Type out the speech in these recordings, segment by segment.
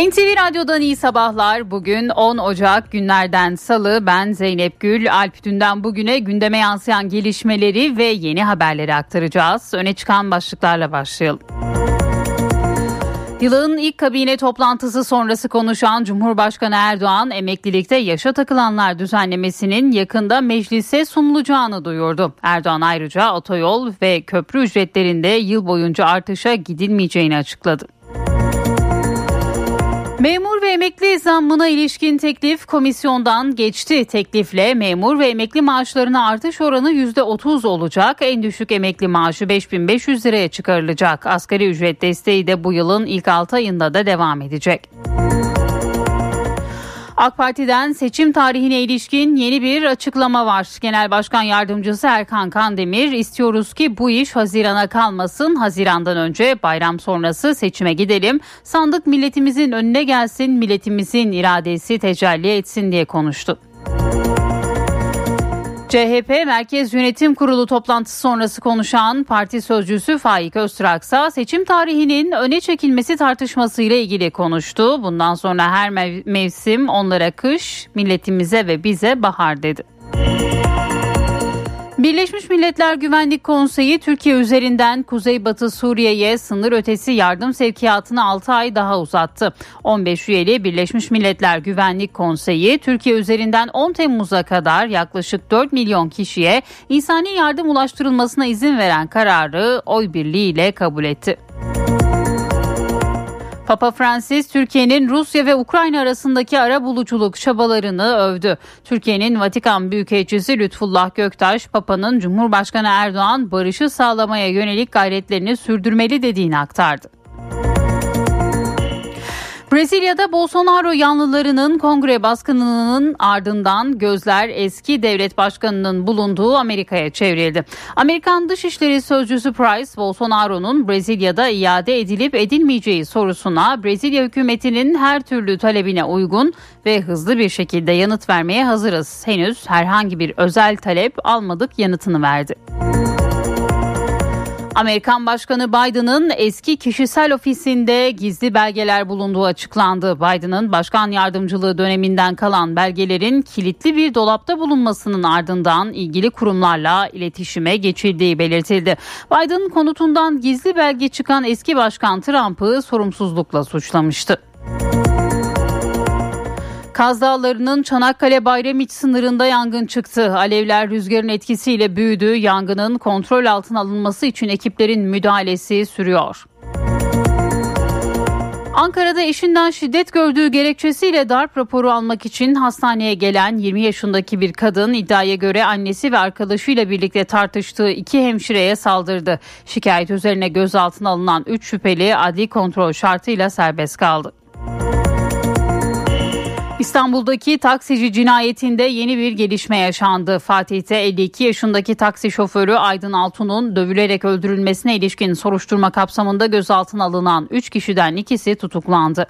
NTV Radyo'dan iyi sabahlar. Bugün 10 Ocak günlerden Salı. Ben Zeynep Gül. Alp Dünden bugüne gündeme yansıyan gelişmeleri ve yeni haberleri aktaracağız. Öne çıkan başlıklarla başlayalım. Yılın ilk kabine toplantısı sonrası konuşan Cumhurbaşkanı Erdoğan, emeklilikte yaşa takılanlar düzenlemesinin yakında meclise sunulacağını duyurdu. Erdoğan ayrıca otoyol ve köprü ücretlerinde yıl boyunca artışa gidilmeyeceğini açıkladı. Memur ve emekli zammına ilişkin teklif komisyondan geçti. Teklifle memur ve emekli maaşlarına artış oranı %30 olacak. En düşük emekli maaşı 5.500 liraya çıkarılacak. Asgari ücret desteği de bu yılın ilk 6 ayında da devam edecek. AK Parti'den seçim tarihine ilişkin yeni bir açıklama var. Genel Başkan Yardımcısı Erkan Kandemir, istiyoruz ki bu iş Haziran'a kalmasın. Haziran'dan önce bayram sonrası seçime gidelim. Sandık milletimizin önüne gelsin, milletimizin iradesi tecelli etsin diye konuştu. CHP Merkez Yönetim Kurulu toplantısı sonrası konuşan parti sözcüsü Faik Öztraksa seçim tarihinin öne çekilmesi tartışmasıyla ilgili konuştu. Bundan sonra her mevsim onlara kış, milletimize ve bize bahar dedi. Birleşmiş Milletler Güvenlik Konseyi Türkiye üzerinden Kuzeybatı Suriye'ye sınır ötesi yardım sevkiyatını 6 ay daha uzattı. 15 üyeli Birleşmiş Milletler Güvenlik Konseyi Türkiye üzerinden 10 Temmuz'a kadar yaklaşık 4 milyon kişiye insani yardım ulaştırılmasına izin veren kararı oy birliğiyle kabul etti. Papa Francis, Türkiye'nin Rusya ve Ukrayna arasındaki arabuluculuk çabalarını övdü. Türkiye'nin Vatikan Büyükelçisi Lütfullah Göktaş, Papa'nın Cumhurbaşkanı Erdoğan barışı sağlamaya yönelik gayretlerini sürdürmeli dediğini aktardı. Brezilya'da Bolsonaro yanlılarının kongre baskınının ardından gözler eski devlet başkanının bulunduğu Amerika'ya çevrildi. Amerikan Dışişleri Sözcüsü Price, Bolsonaro'nun Brezilya'da iade edilip edilmeyeceği sorusuna Brezilya hükümetinin her türlü talebine uygun ve hızlı bir şekilde yanıt vermeye hazırız. Henüz herhangi bir özel talep almadık yanıtını verdi. Amerikan Başkanı Biden'ın eski kişisel ofisinde gizli belgeler bulunduğu açıklandı. Biden'ın başkan yardımcılığı döneminden kalan belgelerin kilitli bir dolapta bulunmasının ardından ilgili kurumlarla iletişime geçildiği belirtildi. Biden konutundan gizli belge çıkan eski başkan Trump'ı sorumsuzlukla suçlamıştı. Kaz Dağları'nın Çanakkale-Bayramiç sınırında yangın çıktı. Alevler rüzgarın etkisiyle büyüdü. Yangının kontrol altına alınması için ekiplerin müdahalesi sürüyor. Ankara'da eşinden şiddet gördüğü gerekçesiyle darp raporu almak için hastaneye gelen 20 yaşındaki bir kadın iddiaya göre annesi ve arkadaşıyla birlikte tartıştığı 2 hemşireye saldırdı. Şikayet üzerine gözaltına alınan 3 şüpheli adli kontrol şartıyla serbest kaldı. İstanbul'daki taksici cinayetinde yeni bir gelişme yaşandı. Fatih'te 52 yaşındaki taksi şoförü Aydın Altun'un dövülerek öldürülmesine ilişkin soruşturma kapsamında gözaltına alınan 3 kişiden ikisi tutuklandı.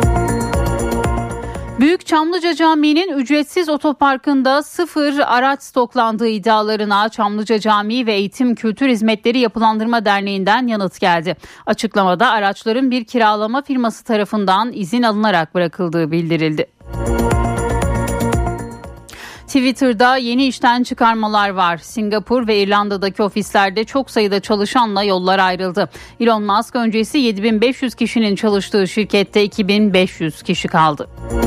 Büyük Çamlıca Camii'nin ücretsiz otoparkında 0 araç stoklandığı iddialarına Çamlıca Camii ve Eğitim Kültür Hizmetleri Yapılandırma Derneği'nden yanıt geldi. Açıklamada araçların bir kiralama firması tarafından izin alınarak bırakıldığı bildirildi. Twitter'da yeni işten çıkarmalar var. Singapur ve İrlanda'daki ofislerde çok sayıda çalışanla yollar ayrıldı. Elon Musk öncesi 7.500 kişinin çalıştığı şirkette 2.500 kişi kaldı.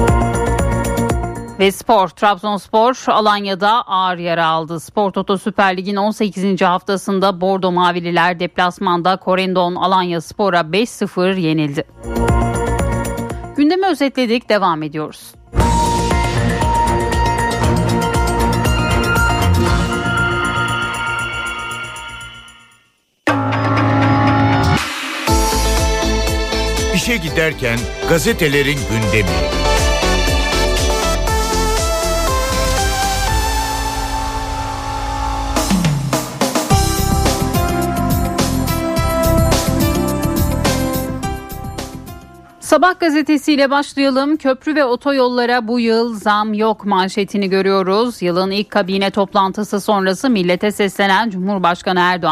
Ve spor, Trabzonspor Alanya'da ağır yara aldı. Spor Toto Süper Lig'in 18. haftasında Bordo Mavililer deplasmanda Corendon Alanyaspor'a 5-0 yenildi. Gündemi özetledik, devam ediyoruz. İşe giderken gazetelerin gündemi. Sabah gazetesiyle başlayalım. Köprü ve otoyollara bu yıl zam yok manşetini görüyoruz. Yılın ilk kabine toplantısı sonrası millete seslenen Cumhurbaşkanı Erdoğan,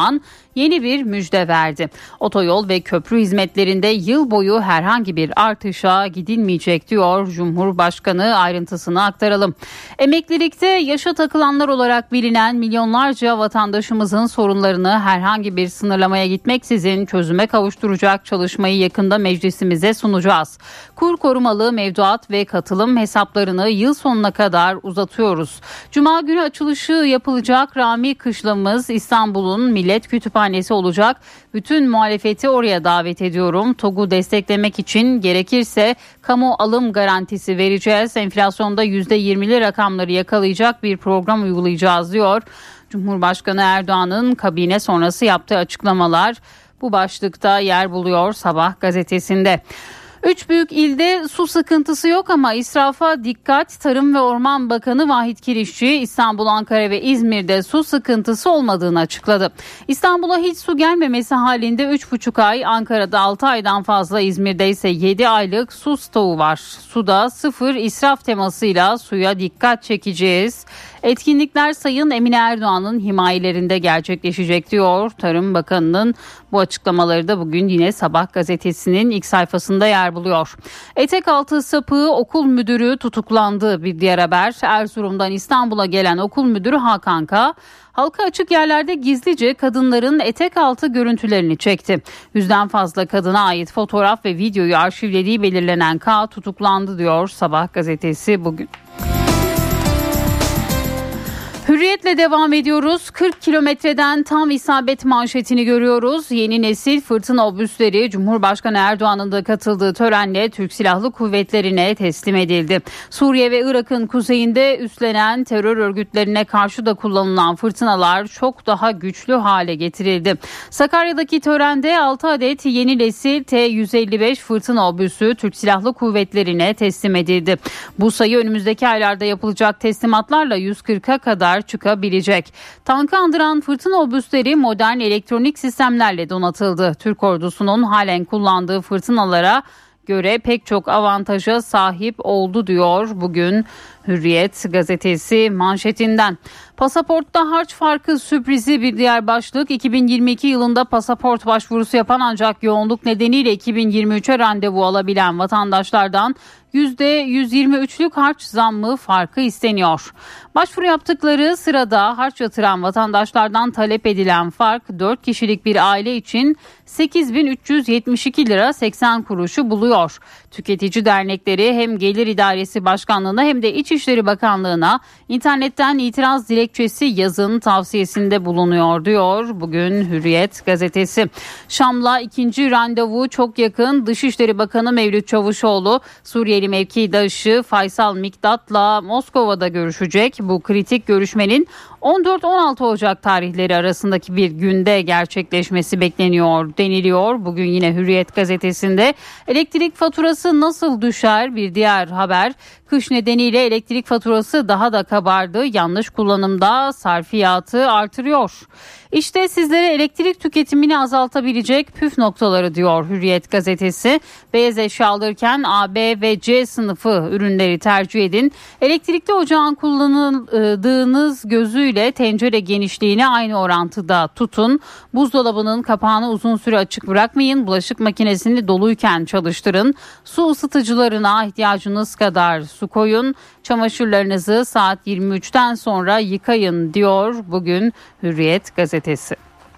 yeni bir müjde verdi. Otoyol ve köprü hizmetlerinde yıl boyu herhangi bir artışa gidilmeyecek diyor Cumhurbaşkanı. Ayrıntısını aktaralım. Emeklilikte yaşa takılanlar olarak bilinen milyonlarca vatandaşımızın sorunlarını herhangi bir sınırlamaya gitmeksizin çözüme kavuşturacak çalışmayı yakında meclisimize sunacağız. Kur korumalı mevduat ve katılım hesaplarını yıl sonuna kadar uzatıyoruz. Cuma günü açılışı yapılacak Rami Kışlamız İstanbul'un Millet Kütüphanesi olacak. Bütün muhalefeti oraya davet ediyorum. TOG'u desteklemek için gerekirse kamu alım garantisi vereceğiz. Enflasyonda %20'li rakamları yakalayacak bir program uygulayacağız diyor. Cumhurbaşkanı Erdoğan'ın kabine sonrası yaptığı açıklamalar bu başlıkta yer buluyor Sabah gazetesinde. 3 büyük ilde su sıkıntısı yok ama israfa dikkat. Tarım ve Orman Bakanı Vahit Kirişçi İstanbul, Ankara ve İzmir'de su sıkıntısı olmadığını açıkladı. İstanbul'a hiç su gelmemesi halinde 3,5 ay, Ankara'da 6 aydan fazla, İzmir'de ise 7 aylık su stoğu var. Suda sıfır israf temasıyla suya dikkat çekeceğiz. Etkinlikler Sayın Emine Erdoğan'ın himayelerinde gerçekleşecek diyor. Tarım Bakanı'nın bu açıklamaları da bugün yine Sabah gazetesinin ilk sayfasında yer buluyor. Etekaltı sapığı okul müdürü tutuklandı. Bir diğer haber, Erzurum'dan İstanbul'a gelen okul müdürü Hakan K. halka açık yerlerde gizlice kadınların etek altı görüntülerini çekti. 100'den fazla kadına ait fotoğraf ve videoyu arşivlediği belirlenen K tutuklandı diyor Sabah gazetesi bugün. Hürriyetle devam ediyoruz. 40 kilometreden tam isabet manşetini görüyoruz. Yeni nesil fırtına obüsleri Cumhurbaşkanı Erdoğan'ın da katıldığı törenle Türk Silahlı Kuvvetleri'ne teslim edildi. Suriye ve Irak'ın kuzeyinde üstlenen terör örgütlerine karşı da kullanılan fırtınalar çok daha güçlü hale getirildi. Sakarya'daki törende 6 adet yeni nesil T-155 fırtına obüsü Türk Silahlı Kuvvetleri'ne teslim edildi. Bu sayı önümüzdeki aylarda yapılacak teslimatlarla 140'a kadar çıkabilecek. Tankı andıran fırtına obüsleri modern elektronik sistemlerle donatıldı. Türk ordusunun halen kullandığı fırtınalara göre pek çok avantaja sahip oldu diyor bugün Hürriyet gazetesi manşetinden. Pasaportta harç farkı sürprizi bir diğer başlık. 2022 yılında pasaport başvurusu yapan ancak yoğunluk nedeniyle 2023'e randevu alabilen vatandaşlardan %123'lük harç zammı farkı isteniyor. Başvuru yaptıkları sırada harç yatıran vatandaşlardan talep edilen fark 4 kişilik bir aile için 8.372 lira 80 kuruşu buluyor. Tüketici dernekleri hem Gelir İdaresi Başkanlığı'na hem de İçişleri Bakanlığı'na internetten itiraz dilekçesi yazın tavsiyesinde bulunuyor diyor bugün Hürriyet gazetesi. Şam'la ikinci randevu çok yakın. Dışişleri Bakanı Mevlüt Çavuşoğlu Suriyeli mevkidaşı Faysal Mikdat'la Moskova'da görüşecek. Bu kritik görüşmenin 14-16 Ocak tarihleri arasındaki bir günde gerçekleşmesi bekleniyor deniliyor. Bugün yine Hürriyet gazetesinde elektrik faturası nasıl düşer bir diğer haber. Kış nedeniyle elektrik faturası daha da kabardı. Yanlış kullanımda sarfiyatı artırıyor. İşte sizlere elektrik tüketimini azaltabilecek püf noktaları diyor Hürriyet gazetesi. Beyaz eşya alırken A, B ve C sınıfı ürünleri tercih edin. Elektrikli ocağın kullanıldığınız gözüyle tencere genişliğini aynı orantıda tutun. Buzdolabının kapağını uzun süre açık bırakmayın. Bulaşık makinesini doluyken çalıştırın. Su ısıtıcılarına ihtiyacınız kadar su koyun. Çamaşırlarınızı saat 23'ten sonra yıkayın diyor bugün Hürriyet gazetesi.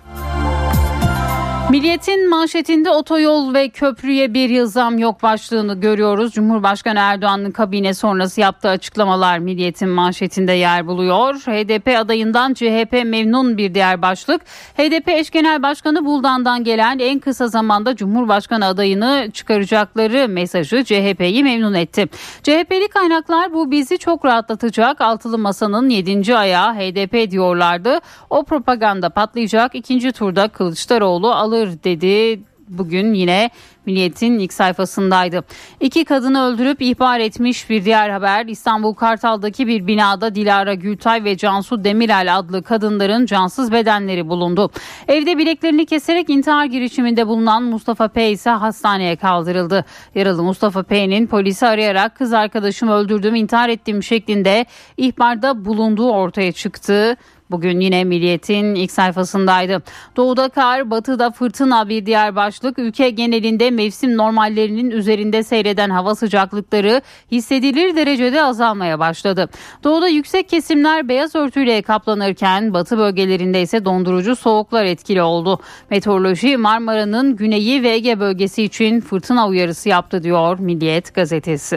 Milliyet'in manşetinde otoyol ve köprüye bir yıl zam yok başlığını görüyoruz. Cumhurbaşkanı Erdoğan'ın kabine sonrası yaptığı açıklamalar Milliyet'in manşetinde yer buluyor. HDP adayından CHP memnun bir diğer başlık. HDP eş genel başkanı Buldan'dan gelen en kısa zamanda Cumhurbaşkanı adayını çıkaracakları mesajı CHP'yi memnun etti. CHP'li kaynaklar bu bizi çok rahatlatacak. Altılı Masa'nın 7. ayağı HDP diyorlardı. O propaganda patlayacak. İkinci turda Kılıçdaroğlu alır dedi. Bugün yine Milliyet'in ilk sayfasındaydı. 2 kadını öldürüp ihbar etmiş bir diğer haber. İstanbul Kartal'daki bir binada Dilara Gültay ve Cansu Demirel adlı kadınların cansız bedenleri bulundu. Evde bileklerini keserek intihar girişiminde bulunan Mustafa P ise hastaneye kaldırıldı. Yaralı Mustafa P'nin polisi arayarak kız arkadaşımı öldürdüm, intihar ettim şeklinde ihbarda bulunduğu ortaya çıktı. bugün yine Milliyet'in ilk sayfasındaydı. Doğuda kar, batıda fırtına bir diğer başlık. Ülke genelinde mevsim normallerinin üzerinde seyreden hava sıcaklıkları hissedilir derecede azalmaya başladı. Doğuda yüksek kesimler beyaz örtüyle kaplanırken batı bölgelerinde ise dondurucu soğuklar etkili oldu. Meteoroloji Marmara'nın güneyi ve Ege bölgesi için fırtına uyarısı yaptı diyor Milliyet gazetesi.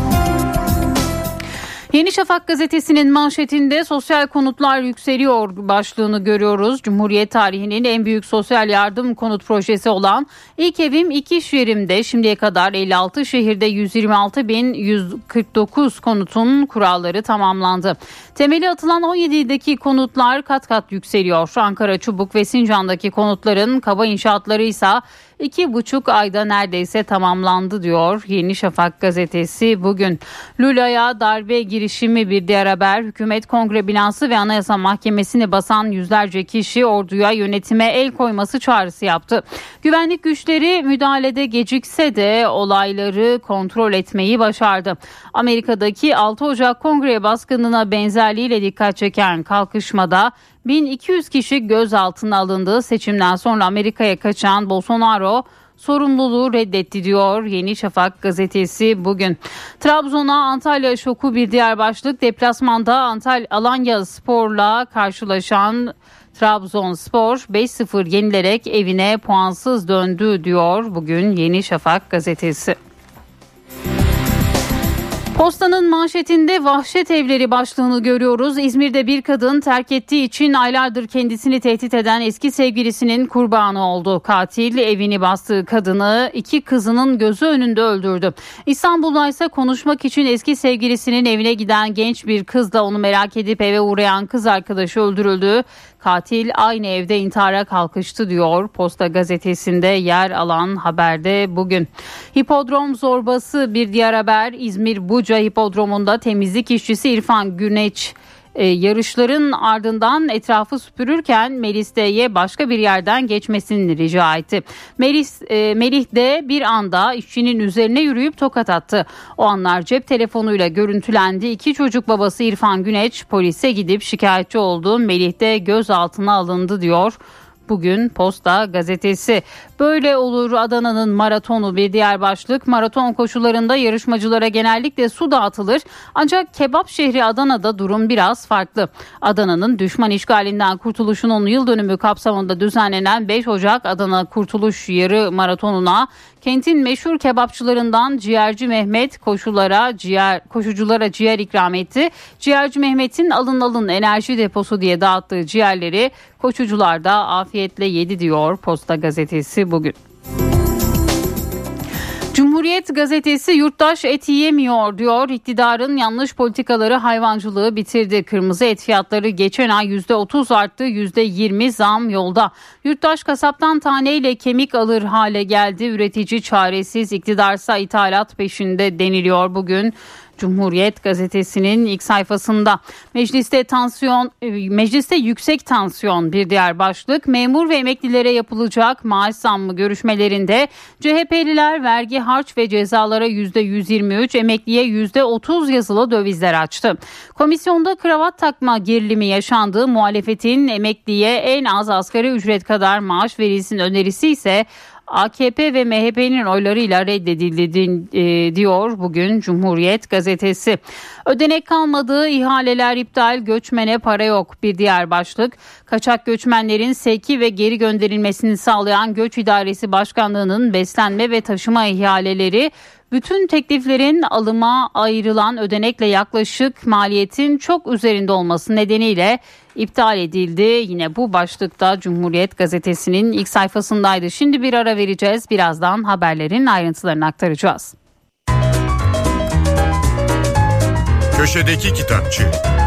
Yeni Şafak gazetesinin manşetinde sosyal konutlar yükseliyor başlığını görüyoruz. Cumhuriyet tarihinin en büyük sosyal yardım konut projesi olan İlk Evim İki İş Yerim'de şimdiye kadar 56 şehirde 126.149 konutun kuralları tamamlandı. Temeli atılan 17 ildeki konutlar kat kat yükseliyor. Ankara, Çubuk ve Sincan'daki konutların kaba inşaatları ise 2,5 ayda neredeyse tamamlandı diyor Yeni Şafak gazetesi bugün. Lula'ya darbe girişimi bir diğer haber. Hükümet Kongre binası ve Anayasa Mahkemesi'ni basan yüzlerce kişi orduya yönetime el koyması çağrısı yaptı. Güvenlik güçleri müdahalede gecikse de olayları kontrol etmeyi başardı. Amerika'daki 6 Ocak Kongre baskınına benzerliğiyle dikkat çeken kalkışmada 1200 kişi gözaltına alındı. Seçimden sonra Amerika'ya kaçan Bolsonaro sorumluluğu reddetti diyor Yeni Şafak gazetesi bugün. Trabzon'a Antalya şoku bir diğer başlık. Deplasmanda Alanya Spor'la karşılaşan Trabzonspor 5-0 yenilerek evine puansız döndü diyor bugün Yeni Şafak gazetesi. Postanın manşetinde vahşet evleri başlığını görüyoruz. İzmir'de bir kadın terk ettiği için aylardır kendisini tehdit eden eski sevgilisinin kurbanı oldu. Katil evini bastığı kadını 2 kızının gözü önünde öldürdü. İstanbul'da ise konuşmak için eski sevgilisinin evine giden genç bir kızla onu merak edip eve uğrayan kız arkadaşı öldürüldü. Katil aynı evde intihara kalkıştı diyor Posta gazetesinde yer alan haberde bugün. Hipodrom zorbası bir diğer haber. İzmir Buca Hipodromu'nda temizlik işçisi İrfan Güneç yarışların ardından etrafı süpürürken Melis D'ye başka bir yerden geçmesini rica etti. Melih D bir anda işçinin üzerine yürüyüp tokat attı. O anlar cep telefonuyla görüntülendi. 2 çocuk babası İrfan Güneç polise gidip şikayetçi oldu. Melih D gözaltına alındı diyor bugün Posta gazetesi. Böyle olur Adana'nın maratonu bir diğer başlık. Maraton koşularında yarışmacılara genellikle su dağıtılır. Ancak kebap şehri Adana'da durum biraz farklı. Adana'nın düşman işgalinden kurtuluşunun yıl dönümü kapsamında düzenlenen 5 Ocak Adana Kurtuluş Yarı Maratonu'na kentin meşhur kebapçılarından Ciğerci Mehmet koşuculara ciğer ikram etti. Ciğerci Mehmet'in alın enerji deposu diye dağıttığı ciğerleri koşucular da afiyetle yedi diyor Posta gazetesi bugün. Cumhuriyet gazetesi yurttaş et yiyemiyor diyor. İktidarın yanlış politikaları hayvancılığı bitirdi. Kırmızı et fiyatları geçen ay %30 arttı, %20 zam yolda. Yurttaş kasaptan taneyle kemik alır hale geldi. Üretici çaresiz, iktidarsa ithalat peşinde deniliyor bugün. Cumhuriyet gazetesinin ilk sayfasında. Mecliste yüksek tansiyon bir diğer başlık. Memur ve emeklilere yapılacak maaş zammı görüşmelerinde CHP'liler vergi, harç ve cezalara %123, emekliye %30 yazılı dövizler açtı. Komisyonda kravat takma gerilimi yaşandı. Muhalefetin emekliye en az asgari ücret kadar maaş verilsin önerisi ise AKP ve MHP'nin oylarıyla reddedildi diyor bugün Cumhuriyet gazetesi. Ödenek kalmadı, ihaleler iptal, göçmene para yok bir diğer başlık. Kaçak göçmenlerin sevki ve geri gönderilmesini sağlayan Göç İdaresi Başkanlığı'nın beslenme ve taşıma ihaleleri bütün tekliflerin alıma ayrılan ödenekle yaklaşık maliyetin çok üzerinde olması nedeniyle iptal edildi. Yine bu başlıkta Cumhuriyet gazetesinin ilk sayfasındaydı. Şimdi bir ara vereceğiz. Birazdan haberlerin ayrıntılarını aktaracağız. Köşedeki Kitapçı.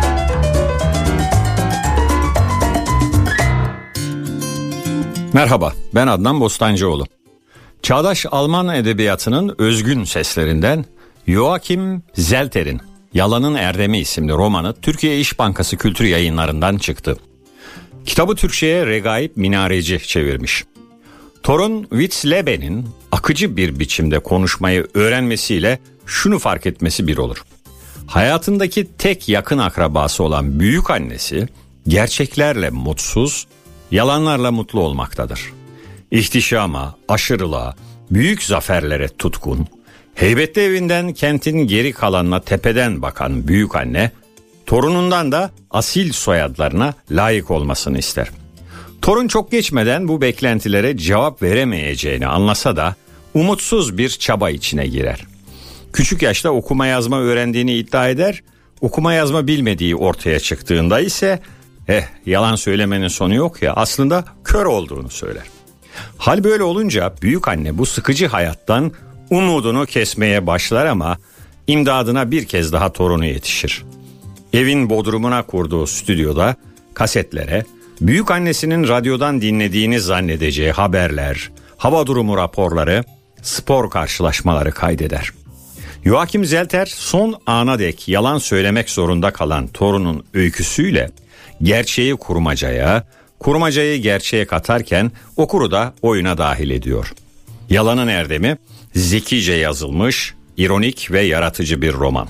Merhaba, ben Adnan Bostancıoğlu. Çağdaş Alman edebiyatının özgün seslerinden Joachim Zelter'in Yalanın Erdemi isimli romanı Türkiye İş Bankası Kültür Yayınları'ndan çıktı. Kitabı Türkçe'ye Regaip Minareci çevirmiş. Torun Witzlebe'nin akıcı bir biçimde konuşmayı öğrenmesiyle şunu fark etmesi bir olur. Hayatındaki tek yakın akrabası olan büyük annesi gerçeklerle mutsuz, yalanlarla mutlu olmaktadır. İhtişama, aşırılığa, büyük zaferlere tutkun, heybetli evinden kentin geri kalanına tepeden bakan büyük anne, torunundan da asil soyadlarına layık olmasını ister. Torun çok geçmeden bu beklentilere cevap veremeyeceğini anlasa da umutsuz bir çaba içine girer. Küçük yaşta okuma yazma öğrendiğini iddia eder, okuma yazma bilmediği ortaya çıktığında ise yalan söylemenin sonu yok ya, aslında kör olduğunu söyler. Hal böyle olunca büyük anne bu sıkıcı hayattan umudunu kesmeye başlar ama imdadına bir kez daha torunu yetişir. Evin bodrumuna kurduğu stüdyoda kasetlere büyük annesinin radyodan dinlediğini zannedeceği haberler, hava durumu raporları, spor karşılaşmaları kaydeder. Joachim Zelter son ana dek yalan söylemek zorunda kalan torunun öyküsüyle gerçeği kurmacaya, kurmacayı gerçeğe katarken okuru da oyuna dahil ediyor. Yalanın Erdemi zekice yazılmış, ironik ve yaratıcı bir roman.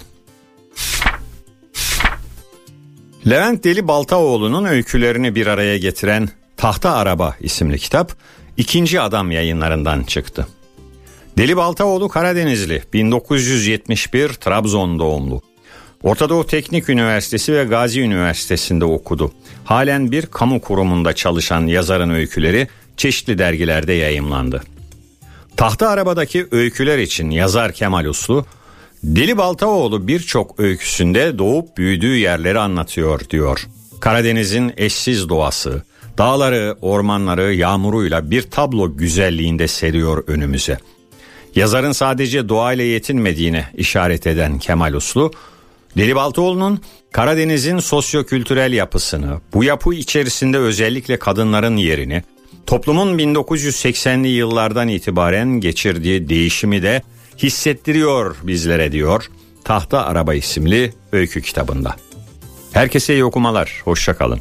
Levent Deli Baltaoğlu'nun öykülerini bir araya getiren Tahta Araba isimli kitap 2. Adam Yayınlarından çıktı. Deli Baltaoğlu Karadenizli, 1971 Trabzon doğumlu. Orta Doğu Teknik Üniversitesi ve Gazi Üniversitesi'nde okudu. Halen bir kamu kurumunda çalışan yazarın öyküleri çeşitli dergilerde yayımlandı. Tahta Araba'daki öyküler için yazar Kemal Uslu, Deli Baltaoğlu birçok öyküsünde doğup büyüdüğü yerleri anlatıyor diyor. Karadeniz'in eşsiz doğası, dağları, ormanları, yağmuruyla bir tablo güzelliğinde seriyor önümüze. Yazarın sadece doğayla yetinmediğine işaret eden Kemal Uslu, Deli Baltaoğlu'nun Karadeniz'in sosyokültürel yapısını, bu yapı içerisinde özellikle kadınların yerini, toplumun 1980'li yıllardan itibaren geçirdiği değişimi de hissettiriyor bizlere diyor Tahta Araba isimli öykü kitabında. Herkese iyi okumalar, hoşça kalın.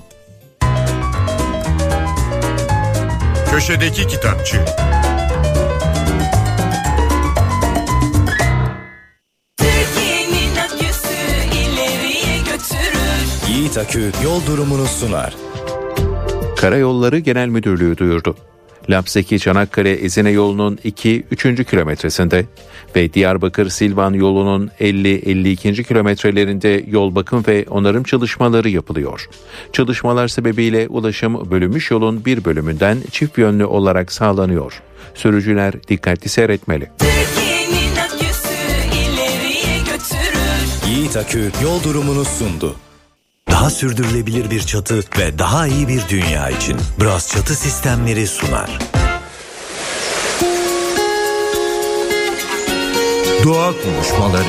Köşedeki Kitapçı. Yiğit Akü yol durumunu sunar. Karayolları Genel Müdürlüğü duyurdu. Lapseki Çanakkale Ezine yolunun 2-3. kilometresinde ve Diyarbakır-Silvan yolunun 50-52. kilometrelerinde yol bakım ve onarım çalışmaları yapılıyor. Çalışmalar sebebiyle ulaşım bölünmüş yolun bir bölümünden çift yönlü olarak sağlanıyor. Sürücüler dikkatli seyretmeli. Yiğit Akü yol durumunu sundu. Daha sürdürülebilir bir çatı ve daha iyi bir dünya için Bras Çatı Sistemleri sunar. Doğa konuşmaları.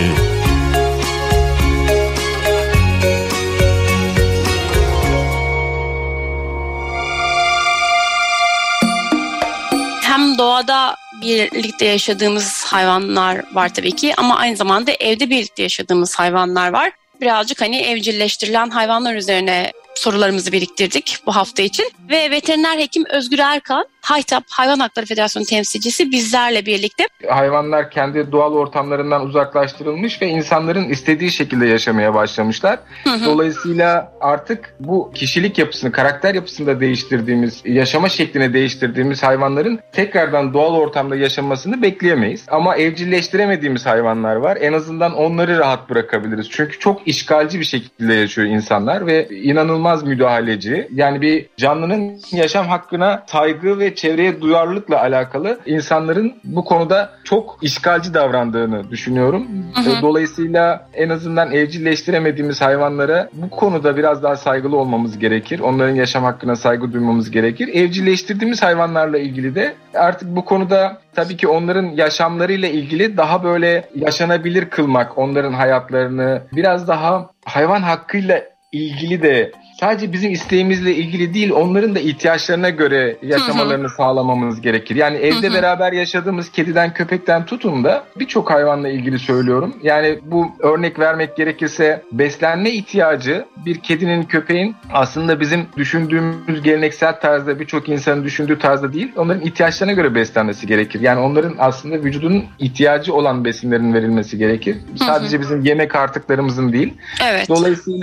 Hem doğada birlikte yaşadığımız hayvanlar var tabii ki ama aynı zamanda evde birlikte yaşadığımız hayvanlar var. Birazcık evcilleştirilen hayvanlar üzerine sorularımızı biriktirdik bu hafta için. Ve veteriner hekim Özgür Erkan, Haytap Hayvan Hakları Federasyonu temsilcisi bizlerle birlikte. Hayvanlar kendi doğal ortamlarından uzaklaştırılmış ve insanların istediği şekilde yaşamaya başlamışlar. Dolayısıyla artık bu kişilik yapısını, karakter yapısını da değiştirdiğimiz, yaşama şeklini değiştirdiğimiz hayvanların tekrardan doğal ortamda yaşamasını bekleyemeyiz. Ama evcilleştiremediğimiz hayvanlar var. En azından onları rahat bırakabiliriz. Çünkü çok işgalci bir şekilde yaşıyor insanlar ve inanılmaz müdahaleci. Yani bir canlının yaşam hakkına saygı ve çevreye duyarlılıkla alakalı insanların bu konuda çok işgalci davrandığını düşünüyorum. Dolayısıyla en azından evcilleştiremediğimiz hayvanlara bu konuda biraz daha saygılı olmamız gerekir. Onların yaşam hakkına saygı duymamız gerekir. Evcilleştirdiğimiz hayvanlarla ilgili de artık bu konuda tabii ki onların yaşamlarıyla ilgili daha böyle yaşanabilir kılmak, onların hayatlarını biraz daha hayvan hakkıyla ilgili de sadece bizim isteğimizle ilgili değil, onların da ihtiyaçlarına göre yaşamalarını sağlamamız gerekir. Yani evde beraber yaşadığımız kediden, köpekten tutun da birçok hayvanla ilgili söylüyorum. Yani bu örnek vermek gerekirse beslenme ihtiyacı bir kedinin, köpeğin aslında bizim düşündüğümüz geleneksel tarzda, birçok insanın düşündüğü tarzda değil, onların ihtiyaçlarına göre beslenmesi gerekir. Yani onların aslında vücudunun ihtiyacı olan besinlerin verilmesi gerekir. Sadece bizim yemek artıklarımızın değil. Evet. Dolayısıyla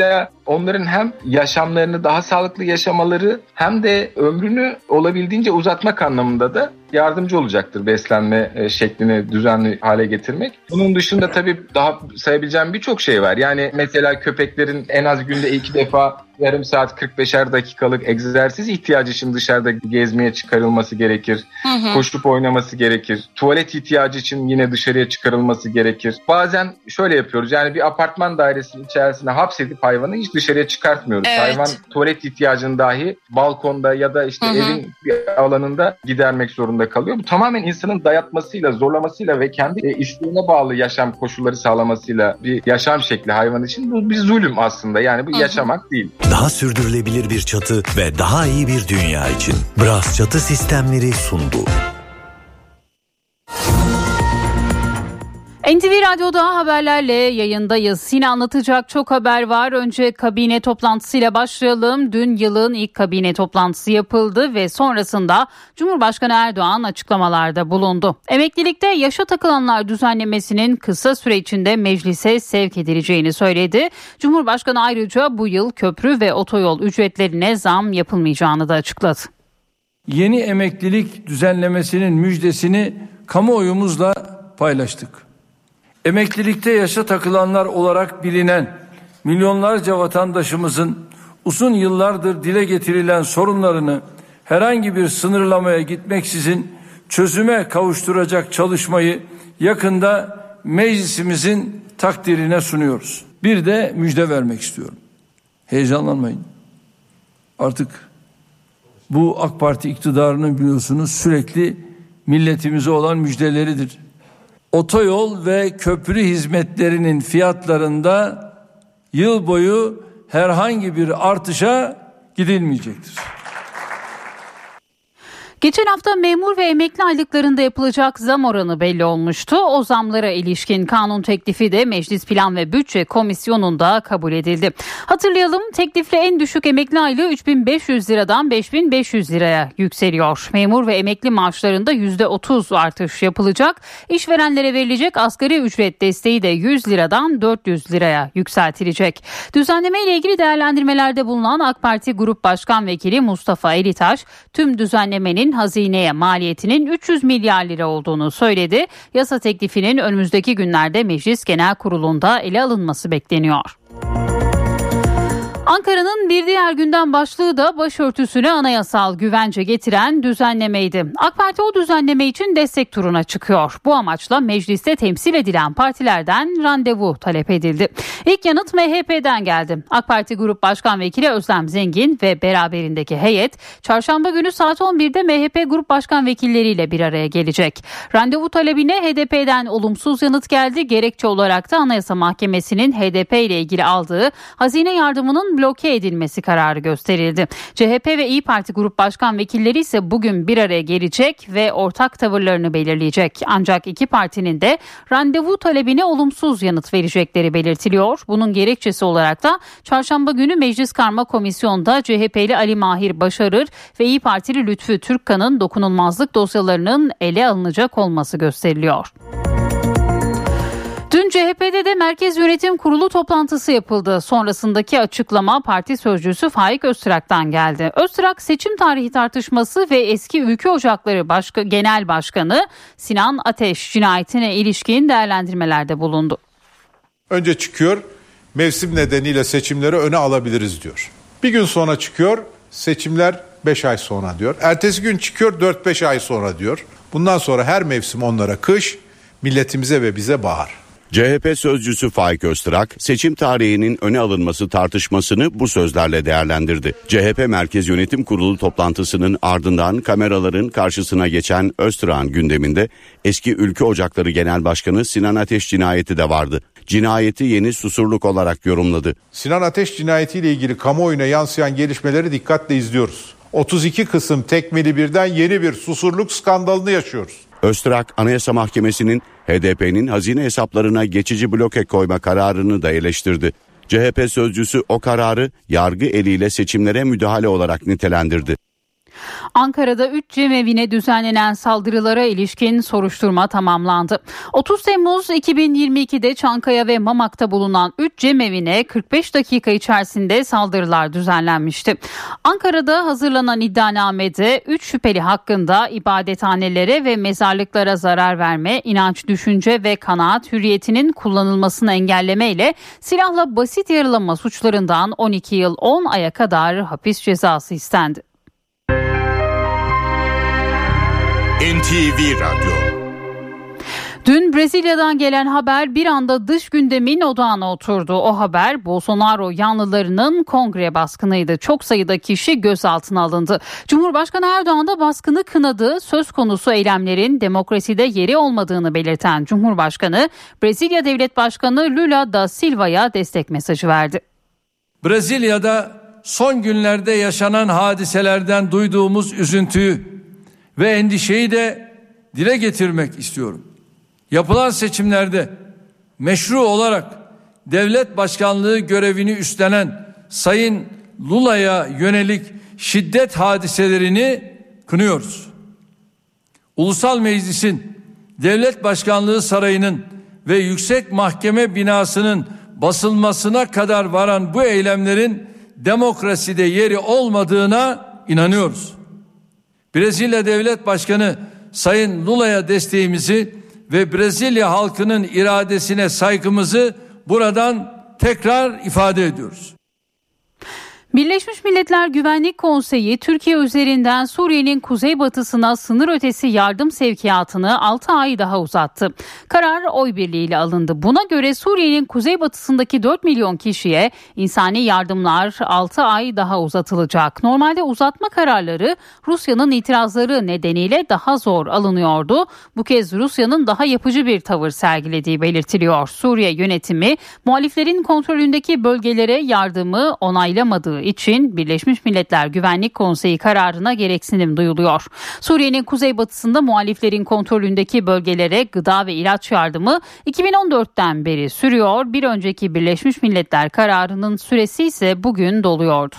onların hem yaşamlarını daha sağlıklı yaşamaları hem de ömrünü olabildiğince uzatmak anlamında da yardımcı olacaktır beslenme şeklini düzenli hale getirmek. Bunun dışında tabii daha sayabileceğim birçok şey var. Yani mesela köpeklerin en az günde 2 defa yarım saat 45'er dakikalık egzersiz ihtiyacı için dışarıda gezmeye çıkarılması gerekir. Koşup oynaması gerekir. Tuvalet ihtiyacı için yine dışarıya çıkarılması gerekir. Bazen şöyle yapıyoruz. Yani bir apartman dairesinin içerisine hapsedip hayvanı hiç dışarıya çıkartmıyoruz. Evet. Hayvan tuvalet ihtiyacını dahi balkonda ya da işte evin bir alanında gidermek zorunda kalıyor. Bu tamamen insanın dayatmasıyla, zorlamasıyla ve kendi isteğine bağlı yaşam koşulları sağlamasıyla bir yaşam şekli hayvan için. Bu bir zulüm aslında. Yani bu yaşamak değil. Daha sürdürülebilir bir çatı ve daha iyi bir dünya için Bras Çatı Sistemleri sundu. NTV Radyo'da haberlerle yayındayız. Yine anlatacak çok haber var. Önce kabine toplantısıyla başlayalım. Dün yılın ilk kabine toplantısı yapıldı ve sonrasında Cumhurbaşkanı Erdoğan açıklamalarda bulundu. Emeklilikte yaşa takılanlar düzenlemesinin kısa süre içinde meclise sevk edileceğini söyledi. Cumhurbaşkanı ayrıca bu yıl köprü ve otoyol ücretlerine zam yapılmayacağını da açıkladı. Yeni emeklilik düzenlemesinin müjdesini kamuoyumuzla paylaştık. Emeklilikte yaşa takılanlar olarak bilinen milyonlarca vatandaşımızın uzun yıllardır dile getirilen sorunlarını herhangi bir sınırlamaya gitmeksizin çözüme kavuşturacak çalışmayı yakında meclisimizin takdirine sunuyoruz. Bir de müjde vermek istiyorum. Heyecanlanmayın. Artık bu AK Parti iktidarının biliyorsunuz sürekli milletimize olan müjdeleridir. Otoyol ve köprü hizmetlerinin fiyatlarında yıl boyu herhangi bir artışa gidilmeyecektir. Geçen hafta memur ve emekli aylıklarında yapılacak zam oranı belli olmuştu. O zamlara ilişkin kanun teklifi de Meclis Plan ve Bütçe Komisyonu'nda kabul edildi. Hatırlayalım, teklifle en düşük emekli aylığı 3.500 liradan 5.500 liraya yükseliyor. Memur ve emekli maaşlarında %30 artış yapılacak. İşverenlere verilecek asgari ücret desteği de 100 liradan 400 liraya yükseltilecek. Düzenleme ile ilgili değerlendirmelerde bulunan AK Parti Grup Başkan Vekili Mustafa Elitaş, tüm düzenlemenin hazineye maliyetinin 300 milyar lira olduğunu söyledi. Yasa teklifinin önümüzdeki günlerde Meclis Genel Kurulu'nda ele alınması bekleniyor. Ankara'nın bir diğer gündem başlığı da başörtüsüne anayasal güvence getiren düzenlemeydi. AK Parti o düzenleme için destek turuna çıkıyor. Bu amaçla mecliste temsil edilen partilerden randevu talep edildi. İlk yanıt MHP'den geldi. AK Parti Grup Başkan Vekili Özlem Zengin ve beraberindeki heyet çarşamba günü saat 11'de MHP Grup Başkan Vekilleriyle bir araya gelecek. Randevu talebine HDP'den olumsuz yanıt geldi. Gerekçe olarak da Anayasa Mahkemesi'nin HDP ile ilgili aldığı hazine yardımının bloke edilmesi kararı gösterildi. CHP ve İYİ Parti Grup Başkan Vekilleri ise bugün bir araya gelecek ve ortak tavırlarını belirleyecek. Ancak iki partinin de randevu talebine olumsuz yanıt verecekleri belirtiliyor. Bunun gerekçesi olarak da çarşamba günü Meclis Karma Komisyonu'nda CHP'li Ali Mahir Başarır ve İYİ Partili Lütfü Türkkan'ın dokunulmazlık dosyalarının ele alınacak olması gösteriliyor. Dün CHP'de de Merkez Yönetim Kurulu toplantısı yapıldı. Sonrasındaki açıklama parti sözcüsü Faik Öztrak'tan geldi. Öztrak seçim tarihi tartışması ve eski Ülke Ocakları Genel Başkanı Sinan Ateş cinayetine ilişkin değerlendirmelerde bulundu. Önce çıkıyor, mevsim nedeniyle seçimleri öne alabiliriz diyor. Bir gün sonra çıkıyor, seçimler 5 ay sonra diyor. Ertesi gün çıkıyor, 4-5 ay sonra diyor. Bundan sonra her mevsim onlara kış, milletimize ve bize bahar. CHP sözcüsü Faik Öztrak, seçim tarihinin öne alınması tartışmasını bu sözlerle değerlendirdi. CHP Merkez Yönetim Kurulu toplantısının ardından kameraların karşısına geçen Öztrak'ın gündeminde eski Ülke Ocakları Genel Başkanı Sinan Ateş cinayeti de vardı. Cinayeti yeni Susurluk olarak yorumladı. Sinan Ateş cinayetiyle ilgili kamuoyuna yansıyan gelişmeleri dikkatle izliyoruz. 32 kısım tekmeli birden yeni bir Susurluk skandalını yaşıyoruz. Öztrak, Anayasa Mahkemesi'nin HDP'nin hazine hesaplarına geçici bloke koyma kararını da eleştirdi. CHP sözcüsü o kararı yargı eliyle seçimlere müdahale olarak nitelendirdi. Ankara'da 3 cemevine düzenlenen saldırılara ilişkin soruşturma tamamlandı. 30 Temmuz 2022'de Çankaya ve Mamak'ta bulunan 3 cemevine 45 dakika içerisinde saldırılar düzenlenmişti. Ankara'da hazırlanan iddianamede 3 şüpheli hakkında ibadethanelere ve mezarlıklara zarar verme, inanç, düşünce ve kanaat hürriyetinin kullanılmasını engelleme ile silahla basit yaralama suçlarından 12 yıl 10 aya kadar hapis cezası istendi. NTV Radyo. Dün Brezilya'dan gelen haber bir anda dış gündemin odağına oturdu. O haber Bolsonaro yanlılarının kongre baskınıydı. Çok sayıda kişi gözaltına alındı. Cumhurbaşkanı Erdoğan da baskını kınadı. Söz konusu eylemlerin demokraside yeri olmadığını belirten Cumhurbaşkanı, Brezilya Devlet Başkanı Lula da Silva'ya destek mesajı verdi. Brezilya'da son günlerde yaşanan hadiselerden duyduğumuz üzüntüyü ve endişeyi de dile getirmek istiyorum. Yapılan seçimlerde meşru olarak devlet başkanlığı görevini üstlenen Sayın Lula'ya yönelik şiddet hadiselerini kınıyoruz. Ulusal Meclis'in, Devlet Başkanlığı Sarayı'nın ve Yüksek Mahkeme binasının basılmasına kadar varan bu eylemlerin demokraside yeri olmadığına inanıyoruz. Brezilya Devlet Başkanı Sayın Lula'ya desteğimizi ve Brezilya halkının iradesine saygımızı buradan tekrar ifade ediyoruz. Birleşmiş Milletler Güvenlik Konseyi Türkiye üzerinden Suriye'nin kuzeybatısına sınır ötesi yardım sevkiyatını 6 ay daha uzattı. Karar oy birliğiyle alındı. Buna göre Suriye'nin kuzeybatısındaki 4 milyon kişiye insani yardımlar 6 ay daha uzatılacak. Normalde uzatma kararları Rusya'nın itirazları nedeniyle daha zor alınıyordu. Bu kez Rusya'nın daha yapıcı bir tavır sergilediği belirtiliyor. Suriye yönetimi muhaliflerin kontrolündeki bölgelere yardımı onaylamadığı için Birleşmiş Milletler Güvenlik Konseyi kararına gereksinim duyuluyor. Suriye'nin kuzeybatısında muhaliflerin kontrolündeki bölgelere gıda ve ilaç yardımı 2014'ten beri sürüyor. Bir önceki Birleşmiş Milletler kararının süresi ise bugün doluyordu.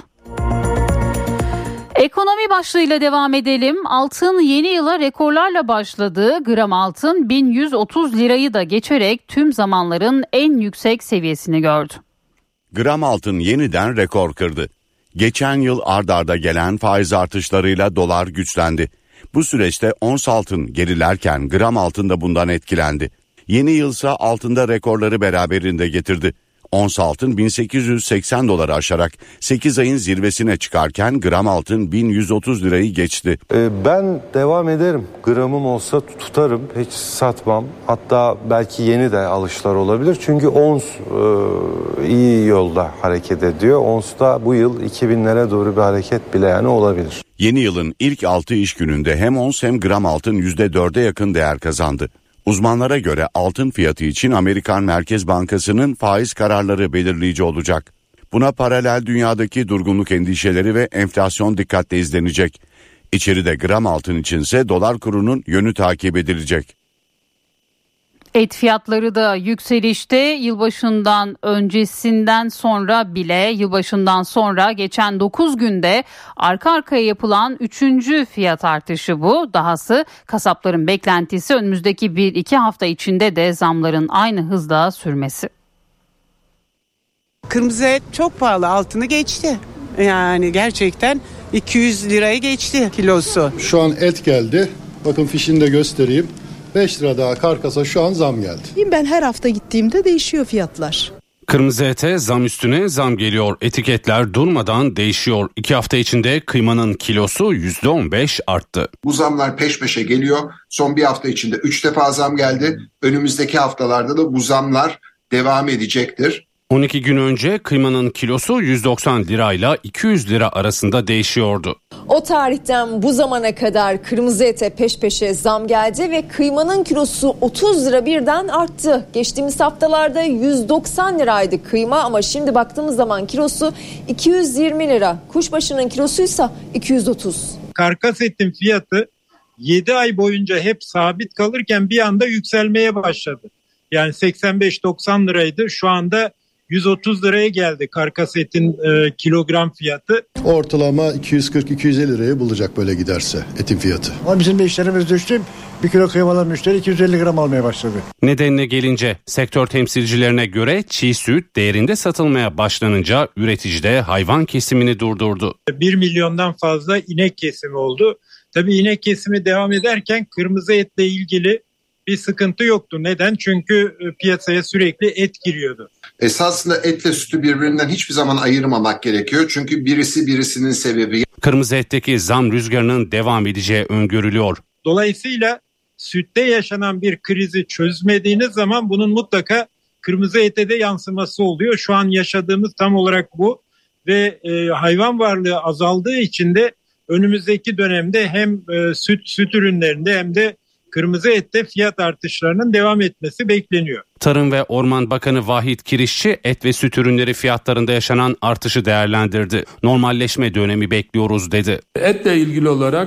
Ekonomi başlığıyla devam edelim. Altın yeni yıla rekorlarla başladı. Gram altın 1130 lirayı da geçerek tüm zamanların en yüksek seviyesini gördü. Gram altın yeniden rekor kırdı. Geçen yıl ard arda gelen faiz artışlarıyla dolar güçlendi. Bu süreçte ons altın gerilerken gram altın da bundan etkilendi. Yeni yılsa altında rekorları beraberinde getirdi. Ons altın 1880 doları aşarak 8 ayın zirvesine çıkarken gram altın 1130 lirayı geçti. Ben devam ederim. Gramım olsa tutarım, hiç satmam. Hatta belki yeni de alışlar olabilir. Çünkü ons iyi yolda hareket ediyor. Ons da bu yıl 2000'lere doğru bir hareket bile yani olabilir. Yeni yılın ilk 6 iş gününde hem ons hem gram altın %4'e yakın değer kazandı. Uzmanlara göre altın fiyatı için Amerikan Merkez Bankası'nın faiz kararları belirleyici olacak. Buna paralel dünyadaki durgunluk endişeleri ve enflasyon dikkatle izlenecek. İçeride gram altın içinse dolar kurunun yönü takip edilecek. Et fiyatları da yükselişte. Yılbaşından öncesinden sonra bile yılbaşından sonra geçen 9 günde arka arkaya yapılan 3. fiyat artışı bu. Dahası kasapların beklentisi önümüzdeki 1-2 hafta içinde de zamların aynı hızla sürmesi. Kırmızı et çok pahalı, altını geçti. Yani gerçekten 200 lirayı geçti kilosu. Şu an et geldi. Bakın fişini de göstereyim. 5 lira daha karkasa şu an zam geldi. Ben her hafta gittiğimde değişiyor fiyatlar. Kırmızı ete zam üstüne zam geliyor. Etiketler durmadan değişiyor. 2 hafta içinde kıymanın kilosu %15 arttı. Bu zamlar peş peşe geliyor. Son bir hafta içinde 3 defa zam geldi. Önümüzdeki haftalarda da bu zamlar devam edecektir. 12 gün önce kıymanın kilosu 190 lirayla 200 lira arasında değişiyordu. O tarihten bu zamana kadar kırmızı ete peş peşe zam geldi ve kıymanın kilosu 30 lira birden arttı. Geçtiğimiz haftalarda 190 liraydı kıyma ama şimdi baktığımız zaman kilosu 220 lira. Kuşbaşının kilosuysa 230. Karkas etin fiyatı 7 ay boyunca hep sabit kalırken bir anda yükselmeye başladı. Yani 85-90 liraydı, şu anda 130 liraya geldi karkas etin kilogram fiyatı. Ortalama 240-250 liraya bulacak böyle giderse etin fiyatı. Ama bizim de işlerimiz düştü. 1 kilo kıymalı müşteri 250 gram almaya başladı. Nedenine gelince sektör temsilcilerine göre çiğ süt değerinde satılmaya başlanınca üretici de hayvan kesimini durdurdu. 1 milyondan fazla inek kesimi oldu. Tabii inek kesimi devam ederken kırmızı etle ilgili bir sıkıntı yoktu. Neden? Çünkü piyasaya sürekli et giriyordu. Esasında etle sütü birbirinden hiçbir zaman ayırmamak gerekiyor. Çünkü birisi birisinin sebebi. Kırmızı etteki zam rüzgarının devam edeceği öngörülüyor. Dolayısıyla sütte yaşanan bir krizi çözmediğiniz zaman bunun mutlaka kırmızı ete de yansıması oluyor. Şu an yaşadığımız tam olarak bu ve hayvan varlığı azaldığı için de önümüzdeki dönemde hem süt ürünlerinde hem de kırmızı ette fiyat artışlarının devam etmesi bekleniyor. Tarım ve Orman Bakanı Vahit Kirişçi et ve süt ürünleri fiyatlarında yaşanan artışı değerlendirdi. Normalleşme dönemi bekliyoruz dedi. Etle ilgili olarak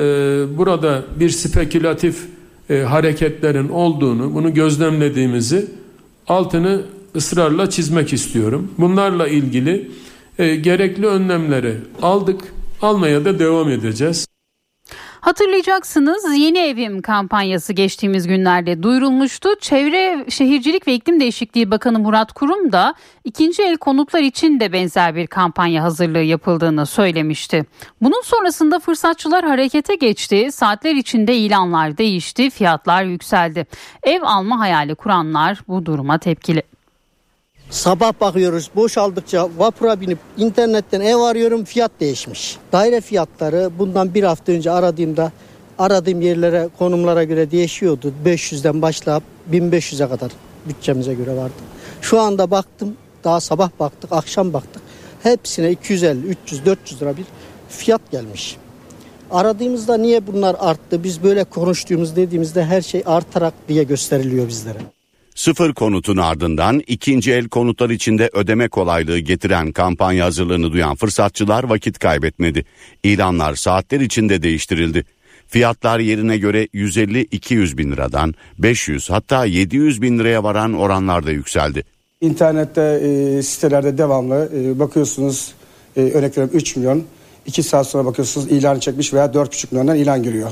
burada bir spekülatif hareketlerin olduğunu, bunu gözlemlediğimizi altını ısrarla çizmek istiyorum. Bunlarla ilgili gerekli önlemleri aldık, almaya da devam edeceğiz. Hatırlayacaksınız, Yeni Evim kampanyası geçtiğimiz günlerde duyurulmuştu. Çevre, Şehircilik ve İklim Değişikliği Bakanı Murat Kurum da ikinci el konutlar için de benzer bir kampanya hazırlığı yapıldığını söylemişti. Bunun sonrasında fırsatçılar harekete geçti, saatler içinde ilanlar değişti, fiyatlar yükseldi. Ev alma hayali kuranlar bu duruma tepkili. Sabah bakıyoruz, boşaldıkça vapura binip internetten ev arıyorum, fiyat değişmiş. Daire fiyatları bundan bir hafta önce aradığım yerlere, konumlara göre değişiyordu. 500'den başlayıp 1500'e kadar bütçemize göre vardı. Şu anda baktım, daha sabah baktık, akşam baktık. Hepsine 250, 300, 400 lira bir fiyat gelmiş. Aradığımızda niye bunlar arttı? Biz böyle dediğimizde her şey artarak diye gösteriliyor bizlere. Sıfır konutun ardından ikinci el konutlar içinde ödeme kolaylığı getiren kampanya hazırlığını duyan fırsatçılar vakit kaybetmedi. İlanlar saatler içinde değiştirildi. Fiyatlar yerine göre 150-200 bin liradan 500 hatta 700 bin liraya varan oranlarda yükseldi. İnternette sitelerde devamlı bakıyorsunuz, örnek veriyorum 3 milyon 2 saat sonra bakıyorsunuz ilan çekmiş veya 4,5 milyondan ilan giriyor.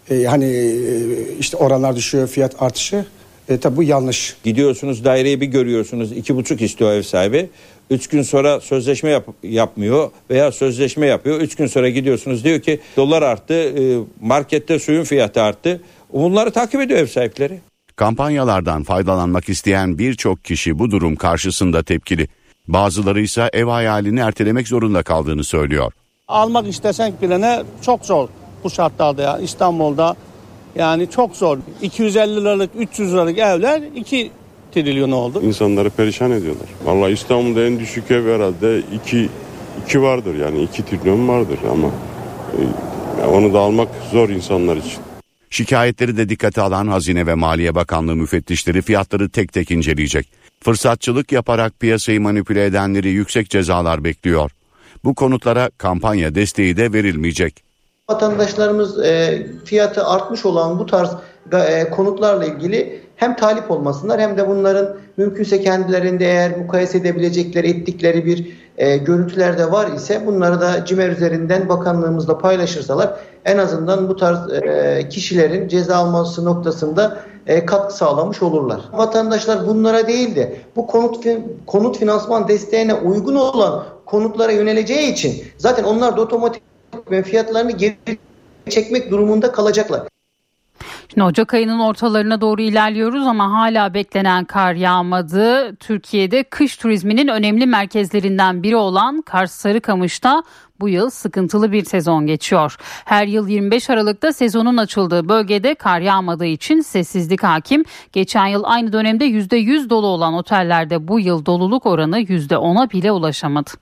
İşte oranlar düşüyor, fiyat artışı. Tabi bu yanlış. Gidiyorsunuz daireyi bir görüyorsunuz 2,5 istiyor ev sahibi. 3 gün sonra sözleşme yapmıyor veya sözleşme yapıyor. 3 gün sonra gidiyorsunuz diyor ki dolar arttı, markette suyun fiyatı arttı. Bunları takip ediyor ev sahipleri. Kampanyalardan faydalanmak isteyen birçok kişi bu durum karşısında tepkili. Bazıları ise ev hayalini ertelemek zorunda kaldığını söylüyor. Almak istesen bile çok zor bu şartlarda ya. İstanbul'da yani çok zor. 250 liralık 300 liralık evler 2 trilyon oldu. İnsanları perişan ediyorlar. Vallahi İstanbul'da en düşük ev herhalde 2 vardır, yani 2 trilyon vardır ama onu da almak zor insanlar için. Şikayetleri de dikkate alan Hazine ve Maliye Bakanlığı müfettişleri fiyatları tek tek inceleyecek. Fırsatçılık yaparak piyasayı manipüle edenleri yüksek cezalar bekliyor. Bu konutlara kampanya desteği de verilmeyecek. Vatandaşlarımız fiyatı artmış olan bu tarz konutlarla ilgili hem talip olmasınlar hem de bunların mümkünse kendilerinde eğer mukayese ettikleri bir görüntüler de var ise bunları da CİMER üzerinden bakanlığımızla paylaşırsalar en azından bu tarz kişilerin ceza alması noktasında katkı sağlamış olurlar. Vatandaşlar bunlara değil de bu konut finansman desteğine uygun olan konutlara yöneleceği için zaten onlar da otomatik fiyatlarını geri çekmek durumunda kalacaklar. Şimdi Ocak ayının ortalarına doğru ilerliyoruz ama hala beklenen kar yağmadı. Türkiye'de kış turizminin önemli merkezlerinden biri olan Kars Sarıkamış'ta bu yıl sıkıntılı bir sezon geçiyor. Her yıl 25 Aralık'ta sezonun açıldığı bölgede kar yağmadığı için sessizlik hakim. Geçen yıl aynı dönemde %100 dolu olan otellerde bu yıl doluluk oranı %10'a bile ulaşamadı.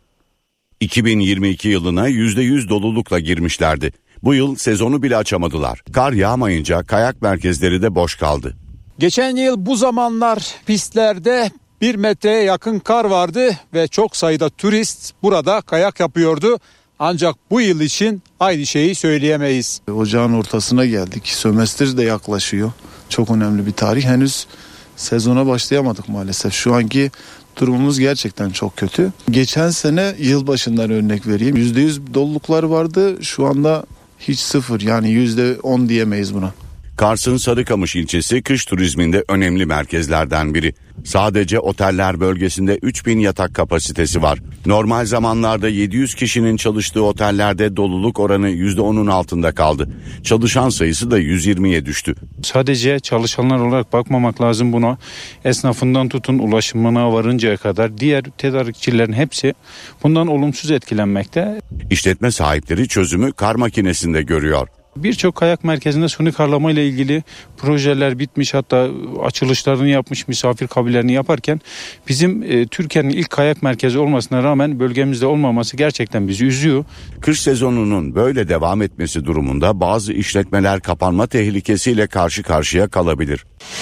2022 yılına %100 dolulukla girmişlerdi. Bu yıl sezonu bile açamadılar. Kar yağmayınca kayak merkezleri de boş kaldı. Geçen yıl bu zamanlar pistlerde 1 metreye yakın kar vardı ve çok sayıda turist burada kayak yapıyordu. Ancak bu yıl için aynı şeyi söyleyemeyiz. Ocağın ortasına geldik. Sömestr de yaklaşıyor. Çok önemli bir tarih. Henüz sezona başlayamadık maalesef. Şu anki durumumuz gerçekten çok kötü. Geçen sene yılbaşından örnek vereyim. %100 doluluklar vardı. Şu anda hiç sıfır, yani %10 diyemeyiz buna. Kars'ın Sarıkamış ilçesi kış turizminde önemli merkezlerden biri. Sadece oteller bölgesinde 3000 yatak kapasitesi var. Normal zamanlarda 700 kişinin çalıştığı otellerde doluluk oranı %10'un altında kaldı. Çalışan sayısı da 120'ye düştü. Sadece çalışanlar olarak bakmamak lazım buna. Esnafından tutun ulaşımına varıncaya kadar diğer tedarikçilerin hepsi bundan olumsuz etkilenmekte. İşletme sahipleri çözümü kar makinesinde görüyor. Birçok kayak merkezinde suni karlama ile ilgili projeler bitmiş, hatta açılışlarını yapmış, misafir kabinlerini yaparken bizim Türkiye'nin ilk kayak merkezi olmasına rağmen bölgemizde olmaması gerçekten bizi üzüyor. Kış sezonunun böyle devam etmesi durumunda bazı işletmeler kapanma tehlikesiyle karşı karşıya kalabilir.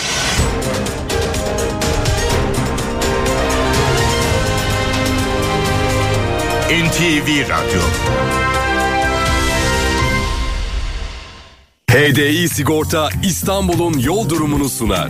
NTV Radyo. HDI Sigorta İstanbul'un yol durumunu sunar.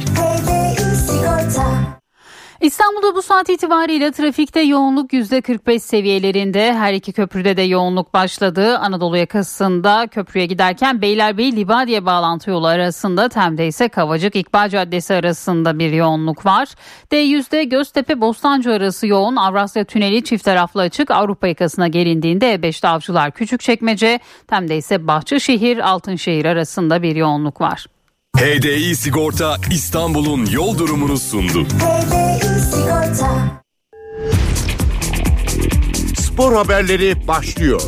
İstanbul'da bu saat itibariyle trafikte yoğunluk %45 seviyelerinde. Her iki köprüde de yoğunluk başladı. Anadolu yakasında köprüye giderken Beylerbeyi-Libadiye bağlantı yolu arasında, Tem'de ise Kavacık-İkbal Caddesi arasında bir yoğunluk var. D100'de Göztepe-Bostancı arası yoğun. Avrasya Tüneli çift taraflı açık. Avrupa yakasına gelindiğinde E5'te Avcılar Küçükçekmece, Tem'de ise Bahçeşehir-Altınşehir arasında bir yoğunluk var. HDI Sigorta İstanbul'un yol durumunu sundu. Spor haberleri başlıyor.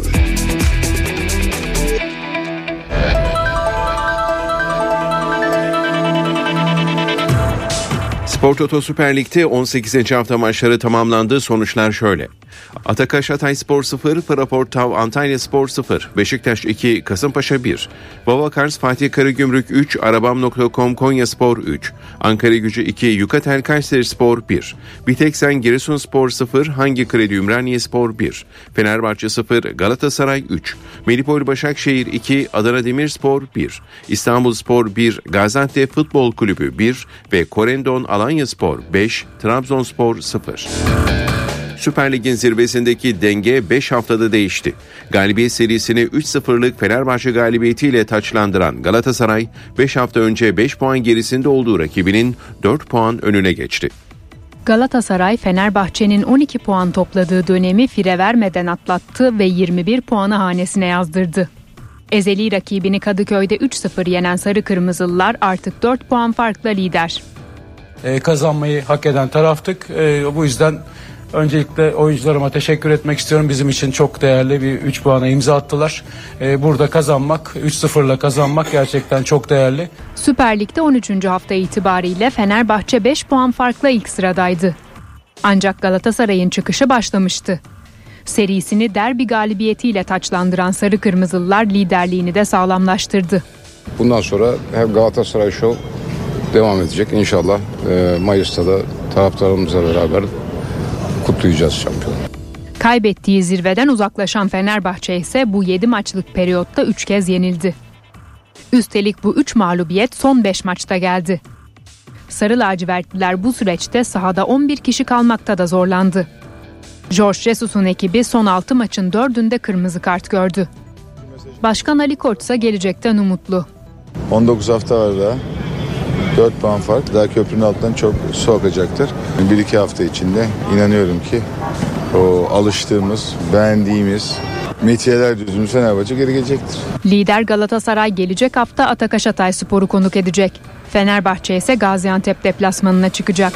Spor Toto Süper Lig'de 18. hafta maçları tamamlandı. Sonuçlar şöyle. Atakaş Hatayspor 0, Fraport Tav Antalyaspor 0, Beşiktaş 2, Kasımpaşa 1, Babakars Fatih Karagümrük 3, Arabam.com Konyaspor 3, Ankaragücü 2, Yukatel Kayserispor 1, Biteksen Giresunspor 0, Hangi Kredi Ümraniyespor 1, Fenerbahçe 0, Galatasaray 3, Melipol Başakşehir 2, Adana Demirspor 1, İstanbulspor 1, Gaziantep Futbol Kulübü 1 ve Korendon Alanyaspor 5, Trabzonspor 0. Süper Lig'in zirvesindeki denge 5 haftada değişti. Galibiyet serisini 3-0'lık Fenerbahçe galibiyetiyle taçlandıran Galatasaray 5 hafta önce 5 puan gerisinde olduğu rakibinin 4 puan önüne geçti. Galatasaray, Fenerbahçe'nin 12 puan topladığı dönemi fire vermeden atlattı ve 21 puanı hanesine yazdırdı. Ezeli rakibini Kadıköy'de 3-0 yenen Sarı Kırmızılılar artık 4 puan farkla lider. Kazanmayı hak eden taraftık. Bu yüzden öncelikle oyuncularıma teşekkür etmek istiyorum. Bizim için çok değerli bir 3 puana imza attılar. Burada kazanmak, 3-0'la kazanmak gerçekten çok değerli. Süper Lig'de 13. hafta itibariyle Fenerbahçe 5 puan farkla ilk sıradaydı. Ancak Galatasaray'ın çıkışı başlamıştı. Serisini derbi galibiyetiyle taçlandıran Sarı Kırmızılılar liderliğini de sağlamlaştırdı. Bundan sonra hep Galatasaray Show devam edecek. İnşallah Mayıs'ta da taraftarımızla beraber kutlayacağız şampiyonu. Kaybettiği zirveden uzaklaşan Fenerbahçe ise bu 7 maçlık periyotta 3 kez yenildi. Üstelik bu 3 mağlubiyet son 5 maçta geldi. Sarı lacivertliler bu süreçte sahada 11 kişi kalmakta da zorlandı. Jorge Jesus'un ekibi son 6 maçın 4'ünde kırmızı kart gördü. Başkan Ali Koç ise gelecekten umutlu. 19 hafta var daha. 4 puan fark. Daha köprünün altından çok su akacaktır. 1-2 hafta içinde inanıyorum ki o alıştığımız, beğendiğimiz metiyeler düzümü Fenerbahçe geri gelecektir. Lider Galatasaray gelecek hafta Atakaş Hatayspor'u konuk edecek. Fenerbahçe ise Gaziantep deplasmanına çıkacak.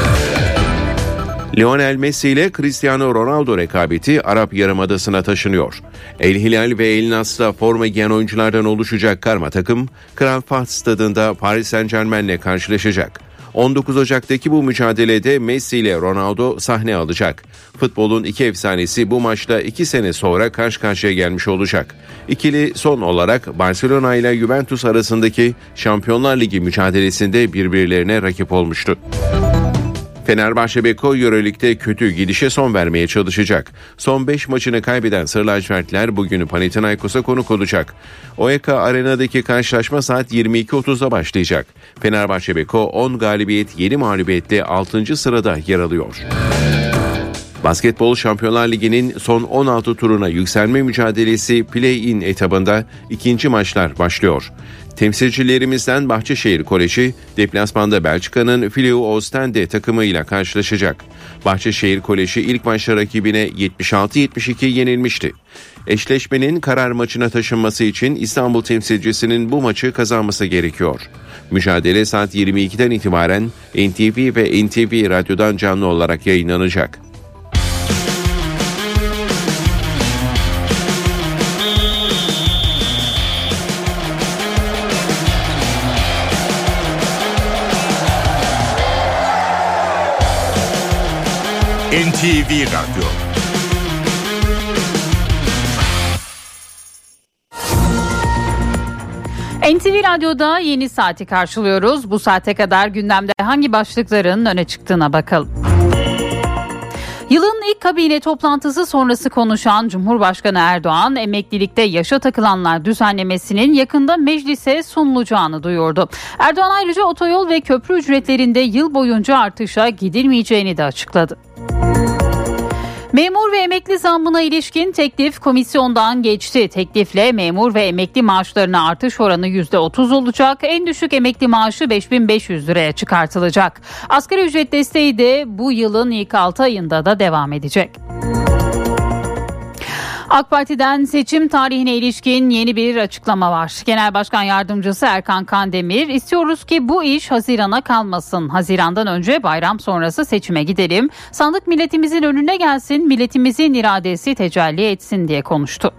Lionel Messi ile Cristiano Ronaldo rekabeti Arap Yarımadası'na taşınıyor. El Hilal ve El Nasr'da forma giyen oyunculardan oluşacak karma takım, Kral Fahd Stadı'nda Paris Saint-Germain'le karşılaşacak. 19 Ocak'taki bu mücadelede Messi ile Ronaldo sahne alacak. Futbolun iki efsanesi bu maçta 2 sene sonra karşı karşıya gelmiş olacak. İkili son olarak Barcelona ile Juventus arasındaki Şampiyonlar Ligi mücadelesinde birbirlerine rakip olmuştu. Fenerbahçe Beko Euroleague'de kötü gidişe son vermeye çalışacak. Son 5 maçını kaybeden Sarı Lacivertliler bugün Panathinaikos'a konuk olacak. OEK Arena'daki karşılaşma saat 22.30'da başlayacak. Fenerbahçe Beko 10 galibiyet 7 mağlubiyetle 6. sırada yer alıyor. Basketbol Şampiyonlar Ligi'nin son 16 turuna yükselme mücadelesi play-in etabında ikinci maçlar başlıyor. Temsilcilerimizden Bahçeşehir Koleji deplasmanda Belçika'nın Fileu Ostende takımıyla karşılaşacak. Bahçeşehir Koleji ilk maçta rakibine 76-72 yenilmişti. Eşleşmenin karar maçına taşınması için İstanbul temsilcisinin bu maçı kazanması gerekiyor. Mücadele saat 22'den itibaren NTV ve NTV Radyo'dan canlı olarak yayınlanacak. NTV Radyo. NTV Radyo'da yeni saati karşılıyoruz. Bu saate kadar gündemde hangi başlıkların öne çıktığına bakalım. Yılın ilk kabine toplantısı sonrası konuşan Cumhurbaşkanı Erdoğan, emeklilikte yaşa takılanlar düzenlemesinin yakında meclise sunulacağını duyurdu. Erdoğan ayrıca otoyol ve köprü ücretlerinde yıl boyunca artışa gidilmeyeceğini de açıkladı. Memur ve emekli zammına ilişkin teklif komisyondan geçti. Teklifle memur ve emekli maaşlarına artış oranı %30 olacak. En düşük emekli maaşı 5.500 liraya çıkartılacak. Asgari ücret desteği de bu yılın ilk 6 ayında da devam edecek. AK Parti'den seçim tarihine ilişkin yeni bir açıklama var. Genel Başkan Yardımcısı Erkan Kandemir, istiyoruz ki bu iş Haziran'a kalmasın. Haziran'dan önce bayram sonrası seçime gidelim. Sandık milletimizin önüne gelsin, milletimizin iradesi tecelli etsin diye konuştu.